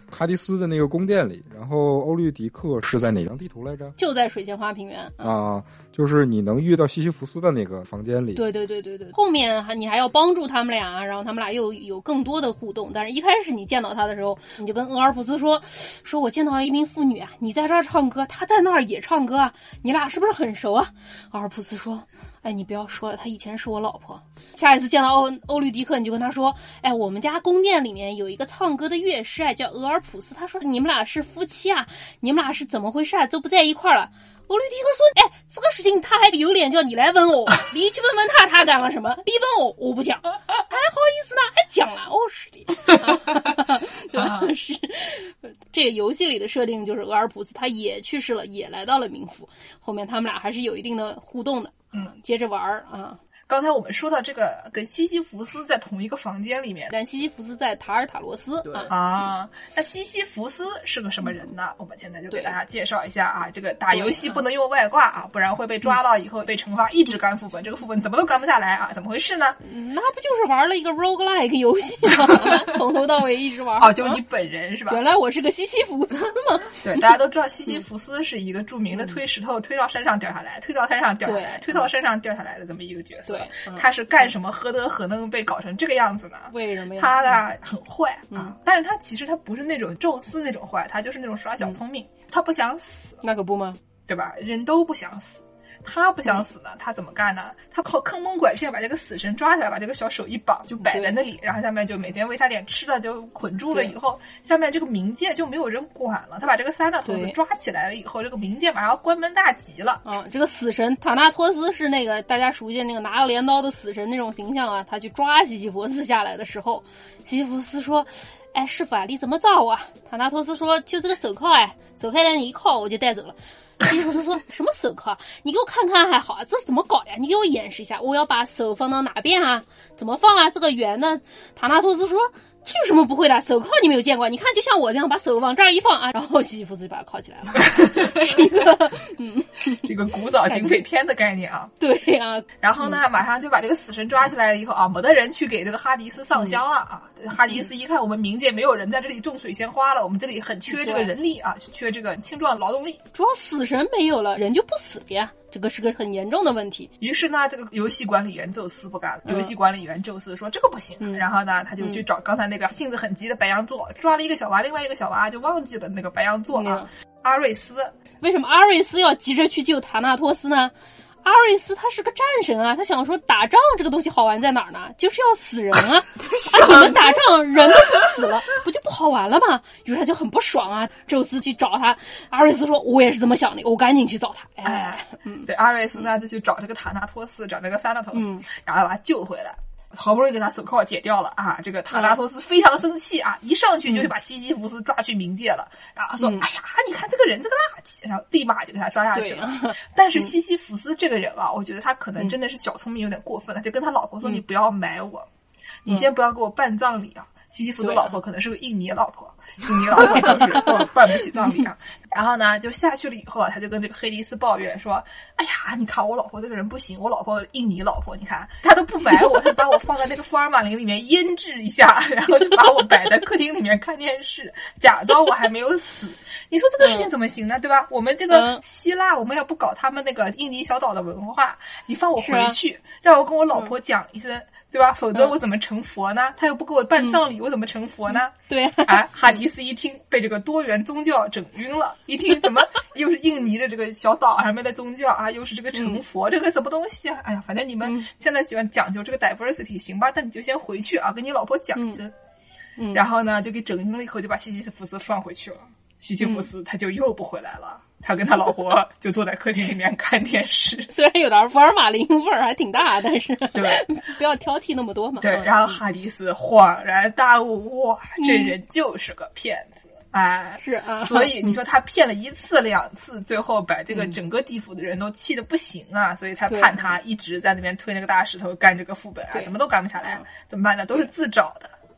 Speaker 6: 哈迪斯的那个宫殿里，然后欧律狄克是在哪张地图来着？
Speaker 3: 就在水仙花平原
Speaker 6: 啊，就是你能遇到西西弗斯的那个房间里。
Speaker 3: 对对对对对，后面还你还要帮助他们俩，然后他们俩又有更多的互动。但是一开始你见到他的时候，你就跟俄尔普斯说，说我见到一名妇女啊，你在这儿唱歌，她在那儿也唱歌啊，你俩是不是很熟啊？俄尔普斯说，哎，你不要说了，她以前是我老婆。下一次见到欧欧律狄克，你就跟他说，哎，我们家宫殿里面有一个唱歌的乐师，哎，叫俄尔普斯。他说你们俩是夫妻啊，你们俩是怎么回事啊？都不在一块儿了。欧律狄克说，哎，这个事情他还有脸叫你来问我，你去问问他他干了什么，你问我我不讲。哎，好意思呢，哎，讲了，哦，是的，对吧？是这个游戏里的设定就是俄尔普斯他也去世了，也来到了冥府，后面他们俩还是有一定的互动的，嗯，接着玩啊。
Speaker 2: 刚才我们说到这个跟西西弗斯在同一个房间里面，
Speaker 3: 但西西弗斯在塔尔塔罗斯啊。
Speaker 2: 啊，那西西弗斯是个什么人呢？我们现在就给大家介绍一下啊。这个打游戏不能用外挂啊，不然会被抓到以后被惩罚一直干副本，这个副本怎么都干不下来啊？怎么回事呢？
Speaker 3: 嗯，那不就是玩了一个 roguelike 游戏吗？从头到尾一直玩。
Speaker 2: 哦，就是你本人是吧？
Speaker 3: 原来我是个西西弗斯吗？
Speaker 2: 对，大家都知道西西弗斯是一个著名的推石头推到山上掉下来，推到山上掉下来，推到山上掉下来的这么一个角色。
Speaker 3: 对，
Speaker 2: 嗯、他是干什么何德何能被搞成这个样子呢？
Speaker 3: 为什么呀？
Speaker 2: 他呢很坏啊、嗯，但是他其实他不是那种宙斯那种坏，他就是那种耍小聪明，嗯、他不想死。
Speaker 3: 那可不吗？
Speaker 2: 对吧？人都不想死。他不想死呢，他怎么干呢？他靠坑蒙拐骗把这个死神抓起来，把这个小手一绑就摆在那里，然后下面就每天喂他点吃的，就捆住了以后，下面这个冥界就没有人管了。他把这个萨纳托斯抓起来了以后，这个冥界马上要关门大吉了。
Speaker 3: 啊，这个死神塔纳托斯是那个大家熟悉那个拿了镰刀的死神那种形象啊。他去抓西西弗斯下来的时候，西西弗斯说：“哎，师傅啊，你怎么抓我啊？”塔纳托斯说：“就这个手铐哎，手铐让你一铐我就带走了。”西西弗斯说：“什么手铐？你给我看看还好，这是怎么搞呀？你给我演示一下，我要把手放到哪边啊？怎么放啊？这个圆呢？”塔纳托斯说：“这有什么不会的？手铐你没有见过？你看，就像我这样把手往这儿一放啊，然后西西弗斯就把它铐起来了。”是一个嗯，
Speaker 2: 这个古早警匪片的概念啊。
Speaker 3: 对啊，
Speaker 2: 然后呢，马上就把这个死神抓起来了以后啊，没得人去给这个哈迪斯上香了啊。嗯、哈迪斯一看我们冥界没有人在这里种水仙花了，我们这里很缺这个人力啊，缺这个青壮劳动力。
Speaker 3: 主要死神没有了，人就不死了呀。这个是个很严重的问题。
Speaker 2: 于是呢，这个游戏管理员宙斯不干了。嗯、游戏管理员宙斯说这个不行、嗯，然后呢，他就去找刚才那个性子很急的白羊座，抓了一个小娃，另外一个小娃就忘记了那个白羊座啊，嗯、阿瑞斯。
Speaker 3: 为什么阿瑞斯要急着去救塔纳托斯呢？阿瑞斯他是个战神啊，他想说打仗这个东西好玩在哪儿呢？就是要死人啊！啊，你们打仗人都不死了，不就不好玩了吗？于是他就很不爽啊。宙斯去找他，阿瑞斯说：“我也是这么想的，我赶紧去找他。”哎，嗯，
Speaker 2: 对，阿瑞斯呢就去找这个塔纳托斯，找这个萨纳托斯，嗯、然后把他救回来。好不容易给他手铐解掉了啊！这个塔纳托斯非常生气啊，一上去就会把西西弗斯抓去冥界了，然后说：“嗯、哎呀，你看这个人这个垃圾！”然后立马就给他抓下去了。但是西西弗斯这个人啊，我觉得他可能真的是小聪明有点过分了，就跟他老婆说：“你不要埋我，你先不要给我办葬礼啊。”西西弗斯老婆可能是个印尼老婆，印尼老婆就是哦办不起葬礼啊。然后呢，就下去了以后啊，他就跟这个黑迪斯抱怨说：“哎呀，你看我老婆这个人不行，我老婆印尼老婆，你看她都不埋我，她把我放在那个福尔马林里面腌制一下，然后就把我摆在客厅里面看电视，假装我还没有死。你说这个事情怎么行呢？对吧？我们这个希腊，我们要不搞他们那个印尼小岛的文化，你放我回去，让我跟我老婆讲一声。”对吧？否则我怎么成佛呢？嗯、他又不给我办葬礼，嗯、我怎么成佛呢？
Speaker 3: 对，
Speaker 2: 哎，哈迪斯一听被这个多元宗教整晕了，一听怎么又是印尼的这个小岛上面的宗教啊，又是这个成佛，嗯、这个什么东西啊？哎呀，反正你们现在喜欢讲究这个 diversity， 行吧？那你就先回去啊，跟你老婆讲一声。嗯，然后呢，就给整晕了以后，就把西西弗斯放回去了。西西弗斯他就又不回来了，他跟他老婆就坐在客厅里面看电视。
Speaker 3: 虽然有点福尔马林味儿还挺大，但是
Speaker 2: 对，
Speaker 3: 不要挑剔那么多嘛。
Speaker 2: 对，然后哈迪斯恍然大悟，哇，这人就是个骗子。嗯、哎，
Speaker 3: 是啊，
Speaker 2: 所以你说他骗了一次两次，最后把这个整个地府的人都气得不行啊，嗯、所以才判他一直在那边推那个大石头干这个副本啊，怎么都干不下来，怎么办呢？都是自找的。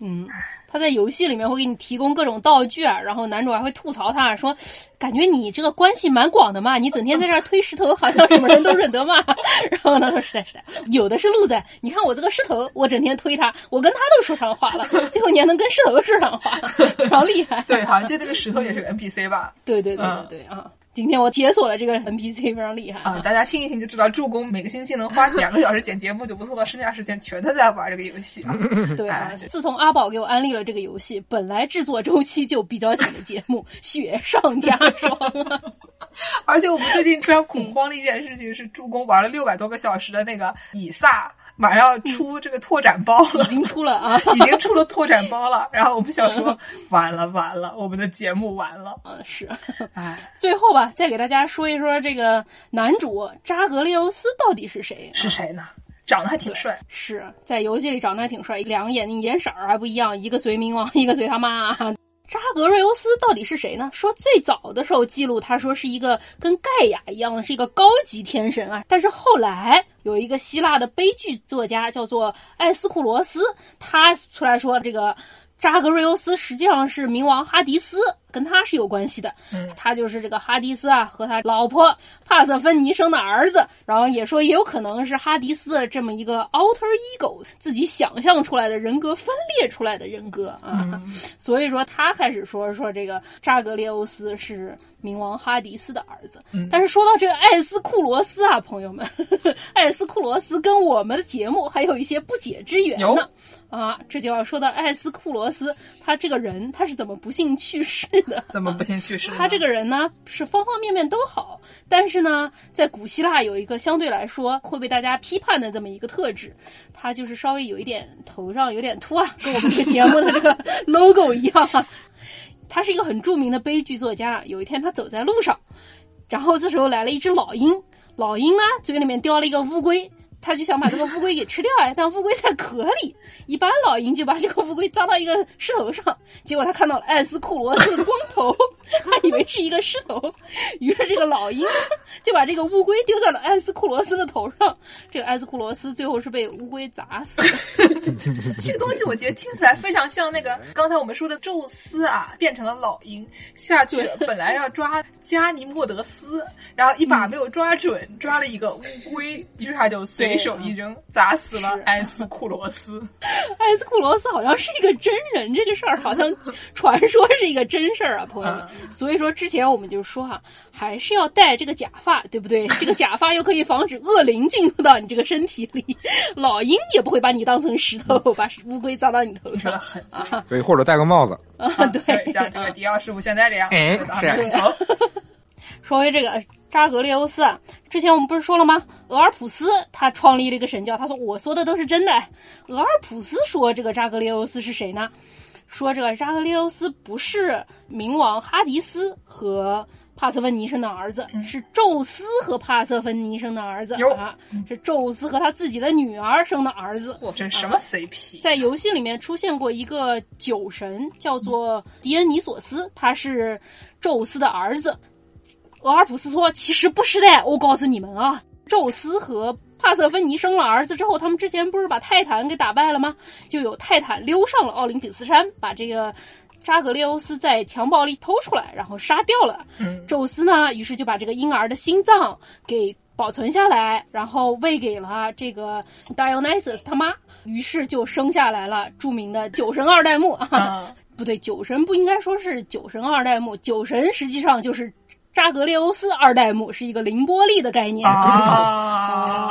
Speaker 3: 嗯，他在游戏里面会给你提供各种道具啊，然后男主还会吐槽他说，感觉你这个关系蛮广的嘛，你整天在这儿推石头，好像什么人都认得嘛。然后他说是的是的，有的是路子，你看我这个石头，我整天推他，我跟他都说上话了，最后你还能跟石头说上话，非常厉害。
Speaker 2: 对，好像就这个石头也是个 N P C 吧？
Speaker 3: 对对对对对、嗯、啊。今天我解锁了这个 N P C， 非常厉害
Speaker 2: 啊！大家听一听就知道，助攻每个星期能花两个小时剪节目就不错了，剩下时间全都在玩这个游戏啊！
Speaker 3: 对啊，自从阿宝给我安利了这个游戏，本来制作周期就比较紧的节目雪上加霜了。
Speaker 2: 而且我们最近非常恐慌的一件事情是，助攻玩了六百多个小时的那个以撒。马上要出这个拓展包了，
Speaker 3: 已经出了啊，
Speaker 2: 已经出了拓展包了。然后我们想说，完了完了，我们的节目完了。
Speaker 3: 嗯，是。哎，最后吧，再给大家说一说这个男主扎格列欧斯到底是谁？
Speaker 2: 是谁呢？长得还挺帅，
Speaker 3: 是在游戏里长得还挺帅，两个眼睛颜色还不一样，一个随冥王，一个随他妈。扎格瑞欧斯到底是谁呢？说最早的时候记录他说是一个跟盖亚一样的是一个高级天神啊，但是后来有一个希腊的悲剧作家叫做艾斯库罗斯，他出来说这个扎格瑞欧斯实际上是冥王哈迪斯，跟他是有关系的。嗯，他就是这个哈迪斯啊和他老婆帕瑟芬妮生的儿子，然后也说也有可能是哈迪斯的这么一个 alter ego 自己想象出来的人格分裂出来的人格啊。嗯、所以说他开始说说这个扎格列欧斯是冥王哈迪斯的儿子。嗯、但是说到这个艾斯库罗斯啊，朋友们，呵呵艾斯库罗斯跟我们的节目还有一些不解之缘呢。啊，这就要说到艾斯库罗斯，他这个人他是怎么不幸去世的？
Speaker 2: 怎么不幸去世呢？
Speaker 3: 他这个人呢是方方面面都好，但是呢，在古希腊有一个相对来说会被大家批判的这么一个特质，他就是稍微有一点头上有点秃啊，跟我们这个节目的这个 logo 一样啊。他是一个很著名的悲剧作家，有一天他走在路上，然后这时候来了一只老鹰，老鹰呢嘴里面叼了一个乌龟。他就想把这个乌龟给吃掉哎，但乌龟在壳里，一般老鹰就把这个乌龟抓到一个石头上，结果他看到了艾斯库罗斯的光头，他以为是一个石头，于是这个老鹰就把这个乌龟丢在了艾斯库罗斯的头上，这个艾斯库罗斯最后是被乌龟砸死的。
Speaker 2: 这个东西我觉得听起来非常像那个刚才我们说的宙斯啊，变成了老鹰下去，本来要抓加尼莫德斯，然后一把没有抓准，嗯、抓了一个乌龟，于是他就随手一扔，砸死了艾斯库罗斯。
Speaker 3: 艾斯库罗斯好像是一个真人，这个事儿好像传说是一个真事儿啊，朋友们。嗯、所以说之前我们就说哈、啊，还是要戴这个假发，对不对？这个假发又可以防止恶灵进入到你这个身体里，老鹰也不会把你当成石头，把乌龟砸到你头上
Speaker 2: 啊。
Speaker 6: 对，或者戴个帽子
Speaker 3: 啊，对，
Speaker 2: 像这个迪奥师傅现在这样。
Speaker 6: 哎，是。
Speaker 3: 说回这个扎格列欧斯啊，之前我们不是说了吗？俄尔普斯他创立了一个神教，他说我说的都是真的。俄尔普斯说这个扎格列欧斯是谁呢？说这个扎格列欧斯不是冥王哈迪斯和帕瑟芬妮生的儿子，嗯、是宙斯和帕瑟芬妮生的儿子啊，是宙斯和他自己的女儿生的儿子。
Speaker 2: 这是什么 C P？、啊、
Speaker 3: 在游戏里面出现过一个酒神，叫做狄恩尼索斯，他是宙斯的儿子。俄尔普斯说其实不是的，我告诉你们啊，宙斯和帕瑟芬妮生了儿子之后，他们之前不是把泰坦给打败了吗？就有泰坦溜上了奥林匹斯山，把这个扎格列欧斯在襁褓里偷出来，然后杀掉了。嗯，宙斯呢，于是就把这个婴儿的心脏给保存下来，然后喂给了这个 Dionysus 他妈，于是就生下来了著名的酒神二代目啊。嗯、不对，酒神不应该说是酒神二代目，酒神实际上就是扎格列欧斯二代目，是一个凌波丽的概念啊。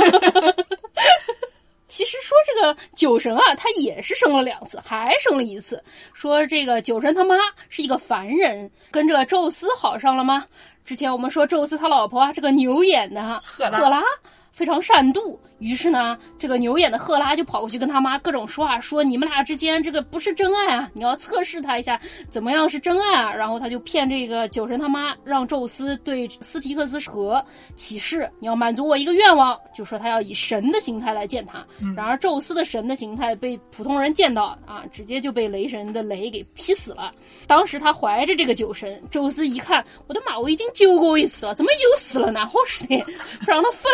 Speaker 3: 其实说这个酒神啊，他也是生了两次，还生了一次。说这个酒神他妈是一个凡人，跟这个宙斯好上了吗？之前我们说宙斯他老婆啊，这个牛眼的赫拉，赫拉非常善妒，于是呢，这个牛眼的赫拉就跑过去跟他妈各种说啊，说你们俩之间这个不是真爱啊，你要测试他一下怎么样是真爱啊。然后他就骗这个酒神他妈，让宙斯对斯提克斯河起誓，你要满足我一个愿望，就说他要以神的形态来见他。嗯、然而宙斯的神的形态被普通人见到啊，直接就被雷神的雷给劈死了。当时他怀着这个酒神，宙斯一看，我的妈，我已经救过一次了，怎么又死了呢？好是的，非常的愤怒。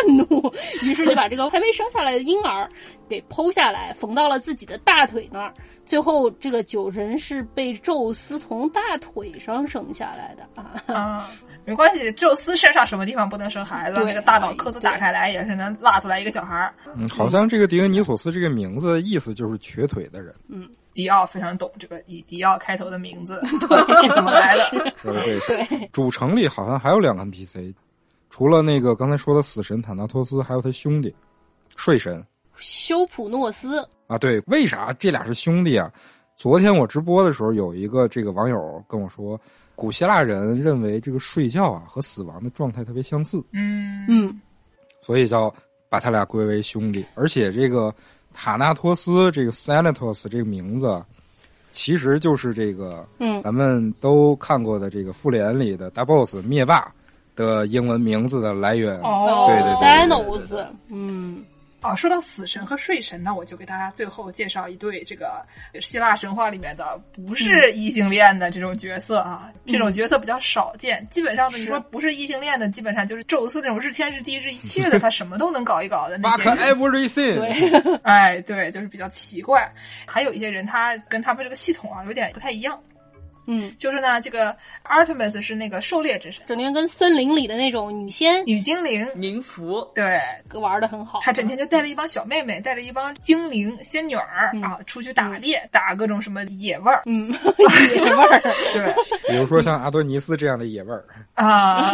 Speaker 3: 于是就把这个还没生下来的婴儿给剖下来，缝到了自己的大腿那儿。最后，这个酒神是被宙斯从大腿上生下来的啊。
Speaker 2: 啊，没关系，宙斯身上什么地方不能生孩子？那个大脑壳子打开来也是能拉出来一个小孩。
Speaker 6: 嗯，好像这个狄俄尼索斯这个名字的意思就是瘸腿的人。
Speaker 3: 嗯。
Speaker 2: 迪奥非常懂这个以迪奥开头的名字对怎么来的。
Speaker 3: 对，
Speaker 6: 主城里好像还有两个 N P C， 除了那个刚才说的死神坦纳托斯，还有他兄弟睡神
Speaker 3: 修普诺斯
Speaker 6: 啊。对，为啥这俩是兄弟啊？昨天我直播的时候，有一个这个网友跟我说，古希腊人认为这个睡觉啊和死亡的状态特别相似，
Speaker 2: 嗯
Speaker 3: 嗯，
Speaker 6: 所以叫把他俩归为兄弟。而且这个塔纳托斯这个 Thanatos 这个名字，其实就是这个，嗯，咱们都看过的这个复联里的大 boss 灭霸的英文名字的来源。
Speaker 2: 哦，
Speaker 6: 对对对
Speaker 3: ，Thanos，嗯。
Speaker 2: 哦，说到死神和睡神呢，我就给大家最后介绍一对这个希腊神话里面的不是异性恋的这种角色啊，嗯、这种角色比较少见。基本上呢，你说不是异性恋的，基本上就是宙斯那种日天日地日一切的，他什么都能搞一搞的那些。
Speaker 6: Fuck everything。
Speaker 3: 对，
Speaker 2: 哎，对，就是比较奇怪。还有一些人，他跟他们这个系统啊有点不太一样。
Speaker 3: 嗯，
Speaker 2: 就是呢，这个 Artemis 是那个狩猎之神，
Speaker 3: 整天跟森林里的那种女仙、
Speaker 2: 女精灵
Speaker 4: 宁芙，
Speaker 2: 对，
Speaker 3: 玩得很好。
Speaker 2: 她整天就带着一帮小妹妹，带着一帮精灵仙女儿、嗯、啊，出去打猎，嗯、打各种什么野味儿，
Speaker 3: 嗯，野味儿，
Speaker 2: 对，
Speaker 6: 比如说像阿多尼斯这样的野味儿
Speaker 2: 啊。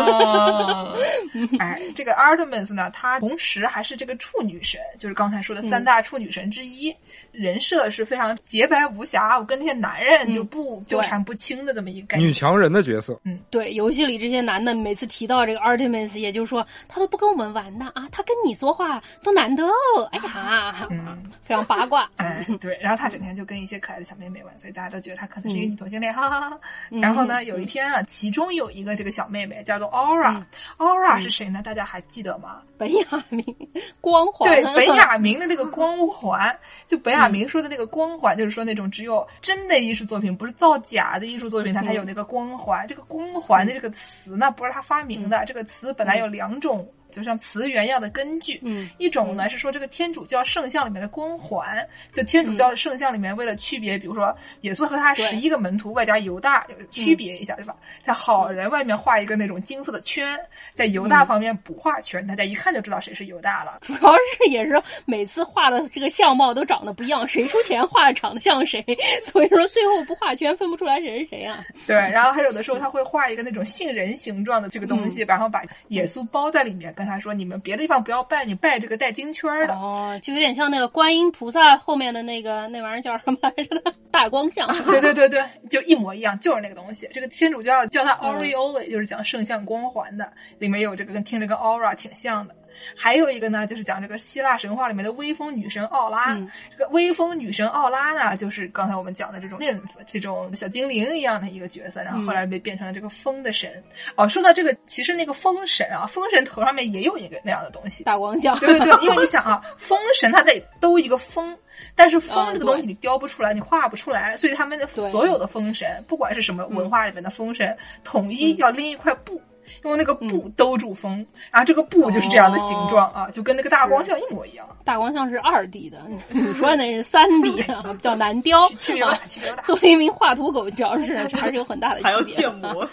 Speaker 2: 哎，这个 Artemis 呢，她同时还是这个处女神，就是刚才说的三大处女神之一，嗯、人设是非常洁白无瑕，我跟那些男人就不。嗯纠缠不清的这么一个感觉，
Speaker 6: 女强人的角色。
Speaker 3: 嗯，对，游戏里这些男的每次提到这个 Artemis， 也就是说他都不跟我们玩的啊，他跟你说话多难得哦，哎呀，嗯，非常八卦。
Speaker 2: 哎，对，然后他整天就跟一些可爱的小妹妹玩，所以大家都觉得他可能是一个女同性恋，哈哈哈。然后呢，有一天啊，其中有一个这个小妹妹叫做 Aura，Aura、嗯、是谁呢？大家还记得吗？
Speaker 3: 本雅明光环。
Speaker 2: 对，本雅明的那个光环，就本雅明说的那个光环，就是说那种只有真的艺术作品，不是造假的艺术作品，它才有那个光环。嗯、这个光环的这个词呢，不是他发明的，嗯、这个词本来有两种。就像词源一样的根据，嗯，一种呢是说这个天主教圣像里面的光环，就天主教的圣像里面为了区别，比如说耶稣和他十一个门徒外加犹大，区别一下，对吧？在好人外面画一个那种金色的圈，在犹大旁边不画圈，大家一看就知道谁是犹大了。
Speaker 3: 主要是也是每次画的这个相貌都长得不一样，谁出钱画的长得像谁，所以说最后不画圈分不出来谁是谁啊。
Speaker 2: 对，然后还有的时候他会画一个那种杏仁形状的这个东西，嗯、然后把耶稣包在里面。跟他说，你们别的地方不要拜，你拜这个带金圈的。
Speaker 3: 哦，就有点像那个观音菩萨后面的那个那玩意儿叫什么来着的大光像。
Speaker 2: 对对对对，就一模一样，就是那个东西。这个天主教叫它 aureole，、嗯、就是讲圣像光环的，里面有这个跟听这个 aura 挺像的。还有一个呢，就是讲这个希腊神话里面的微风女神奥拉。嗯、这个微风女神奥拉呢，就是刚才我们讲的这种 nymph 这种小精灵一样的一个角色，然后后来被变成了这个风的神。嗯、哦，说到这个，其实那个风神啊，风神头上面也有一个那样的东西，
Speaker 3: 大光像。
Speaker 2: 对对对，因为你想啊，风神它得兜一个风。但是风这个东西你雕不出来，嗯、你画不出来，所以他们的所有的风神，不管是什么文化里面的风神，嗯、统一要拎一块布。用那个布兜住风，嗯、然后这个布就是这样的形状、哦、啊，就跟那个大光像一模一样。
Speaker 3: 大光像是二 D 的，你说那是三 D 的，比较难雕。
Speaker 2: 区别大，区别大。
Speaker 3: 作为一名画图狗，表示还是有很大的区别。
Speaker 4: 还要建模。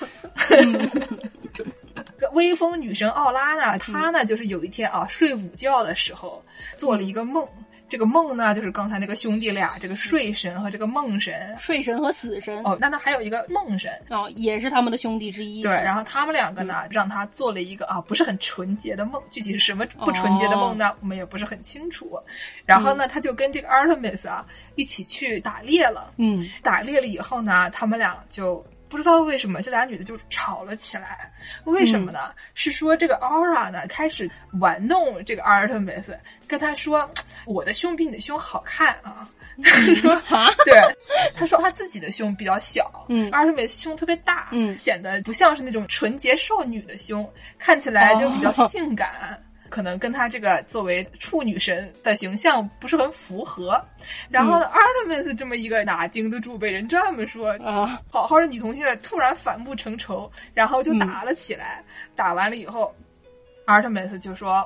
Speaker 2: 微风女神奥拉呢，她呢就是有一天啊睡午觉的时候做了一个梦。嗯这个梦呢，就是刚才那个兄弟俩，这个睡神和这个梦神，
Speaker 3: 睡神和死神。
Speaker 2: 哦，那那还有一个梦神，
Speaker 3: 哦，也是他们的兄弟之一。
Speaker 2: 对，然后他们两个呢，嗯、让他做了一个啊，不是很纯洁的梦，具体是什么不纯洁的梦呢？哦、我们也不是很清楚。然后呢，嗯、他就跟这个 Artemis 啊一起去打猎了。嗯，打猎了以后呢，他们俩就。不知道为什么这俩女的就吵了起来，为什么呢？嗯、是说这个 Aura 呢开始玩弄这个 Artemis， 跟他说我的胸比你的胸好看啊。他说啊，对，他说他自己的胸比较小，嗯 ，Artemis 胸特别大，嗯，显得不像是那种纯洁少女的胸，看起来就比较性感。哦可能跟他这个作为处女神的形象不是很符合，然后呢、嗯、Artemis 这么一个哪经得住被人这么说啊，好好的女同性恋突然反目成仇，然后就打了起来。嗯、打完了以后 ，Artemis 就说：“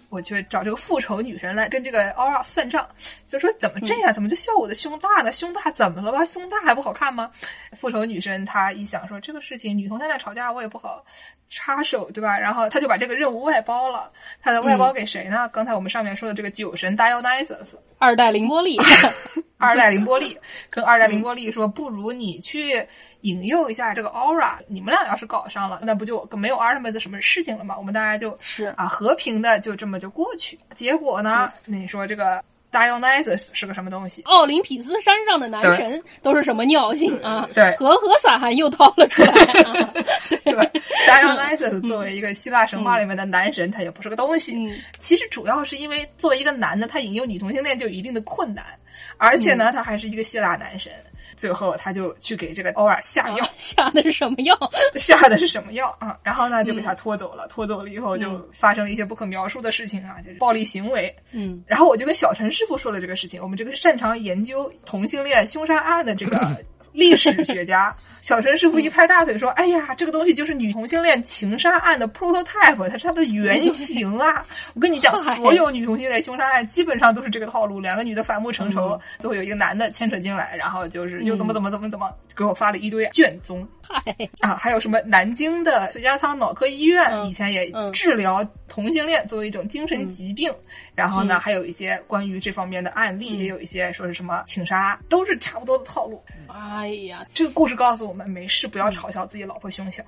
Speaker 2: 我去找这个复仇女神来跟这个 Aura 算账，就说怎么这样，怎么就笑我的胸大呢？胸大怎么了吧？胸大还不好看吗？复仇女神她一想说这个事情女同现在吵架我也不好插手，对吧？然后她就把这个任务外包了，她的外包给谁呢？嗯、刚才我们上面说的这个酒神 Dionysus，
Speaker 3: 二代凌波丽，
Speaker 2: 二代凌波丽跟二代凌波丽说，不如你去引诱一下这个 Aura， 你们俩要是搞上了，那不就没有 Artemis 什么事情了吗？我们大家就是啊和平的就这么就过去。结果呢，嗯、你说这个 Dionysus 是个什么东西？
Speaker 3: 奥林匹斯山上的男神都是什么尿性啊？
Speaker 2: 对，
Speaker 3: 和和撒汗又掏了出来、啊。
Speaker 2: 对吧 ？Dionysus 作为一个希腊神话里面的男神，嗯、他也不是个东西。嗯、其实主要是因为作为一个男的，他引诱女同性恋就有一定的困难，而且呢，嗯、他还是一个希腊男神。最后他就去给这个欧尔下药、啊、
Speaker 3: 下的是什么药
Speaker 2: 下的是什么药啊？然后呢就给他拖走了、嗯、拖走了以后就发生了一些不可描述的事情啊，就是暴力行为。嗯，然后我就跟小陈师傅说了这个事情，我们这个擅长研究同性恋凶杀案的这个历史学家小陈师傅一拍大腿说，哎呀，这个东西就是女同性恋情杀案的 prototype， 它是它的原型啊。我跟你讲，所有女同性恋凶杀案基本上都是这个套路，两个女的反目成仇、嗯、最后有一个男的牵扯进来，然后就是又怎么怎么怎么怎么给我发了一堆卷宗、嗯、啊，还有什么南京的随家仓脑科医院、嗯、以前也治疗同性恋作为一种精神疾病、嗯、然后呢、嗯、还有一些关于这方面的案例、嗯、也有一些说是什么情杀，都是差不多的套路。
Speaker 3: 哎呀，
Speaker 2: 这个故事告诉我们，没事不要嘲笑自己老婆胸小。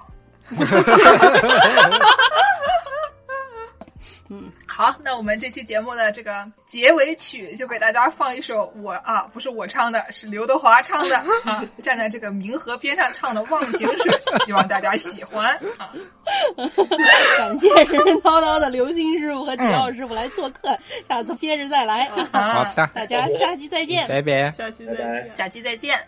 Speaker 2: 嗯，好，那我们这期节目的这个结尾曲就给大家放一首我啊，不是我唱的，是刘德华唱的啊，站在这个冥河边上唱的《忘情水》，希望大家喜欢啊。
Speaker 3: 感谢神神叨叨的刘星师傅和吉奥师傅来做客，下次接着再来。
Speaker 6: 好的，
Speaker 3: 大家下期再见，
Speaker 6: 拜拜，
Speaker 4: 下期再见，
Speaker 2: 下期再见。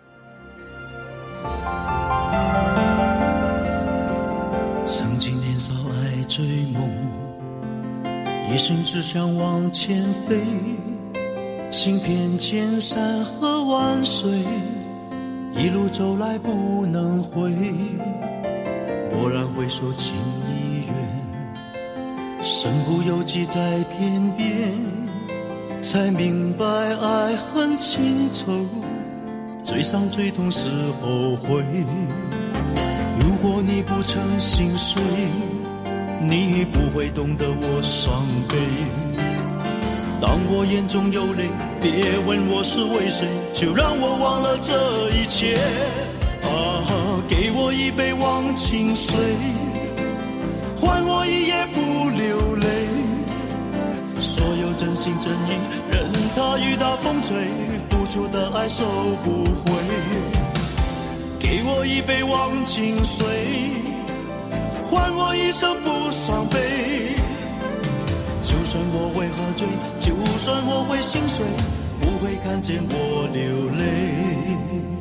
Speaker 8: 曾经年少爱追梦，一生只想往前飞，行遍千山和万水，一路走来不能回。蓦然回首情已远，身不由己在天边，才明白爱恨情仇，最伤最痛是后悔。如果你不曾心碎，你不会懂得我伤悲。当我眼中有泪，别问我是为谁，就让我忘了这一切。啊，给我一杯忘情水，换我一夜不流泪。所有真心真意，任它雨打风吹，付出的爱收不回。给我一杯忘情水，换我一生不伤悲。就算我会喝醉，就算我会心碎，不会看见我流泪。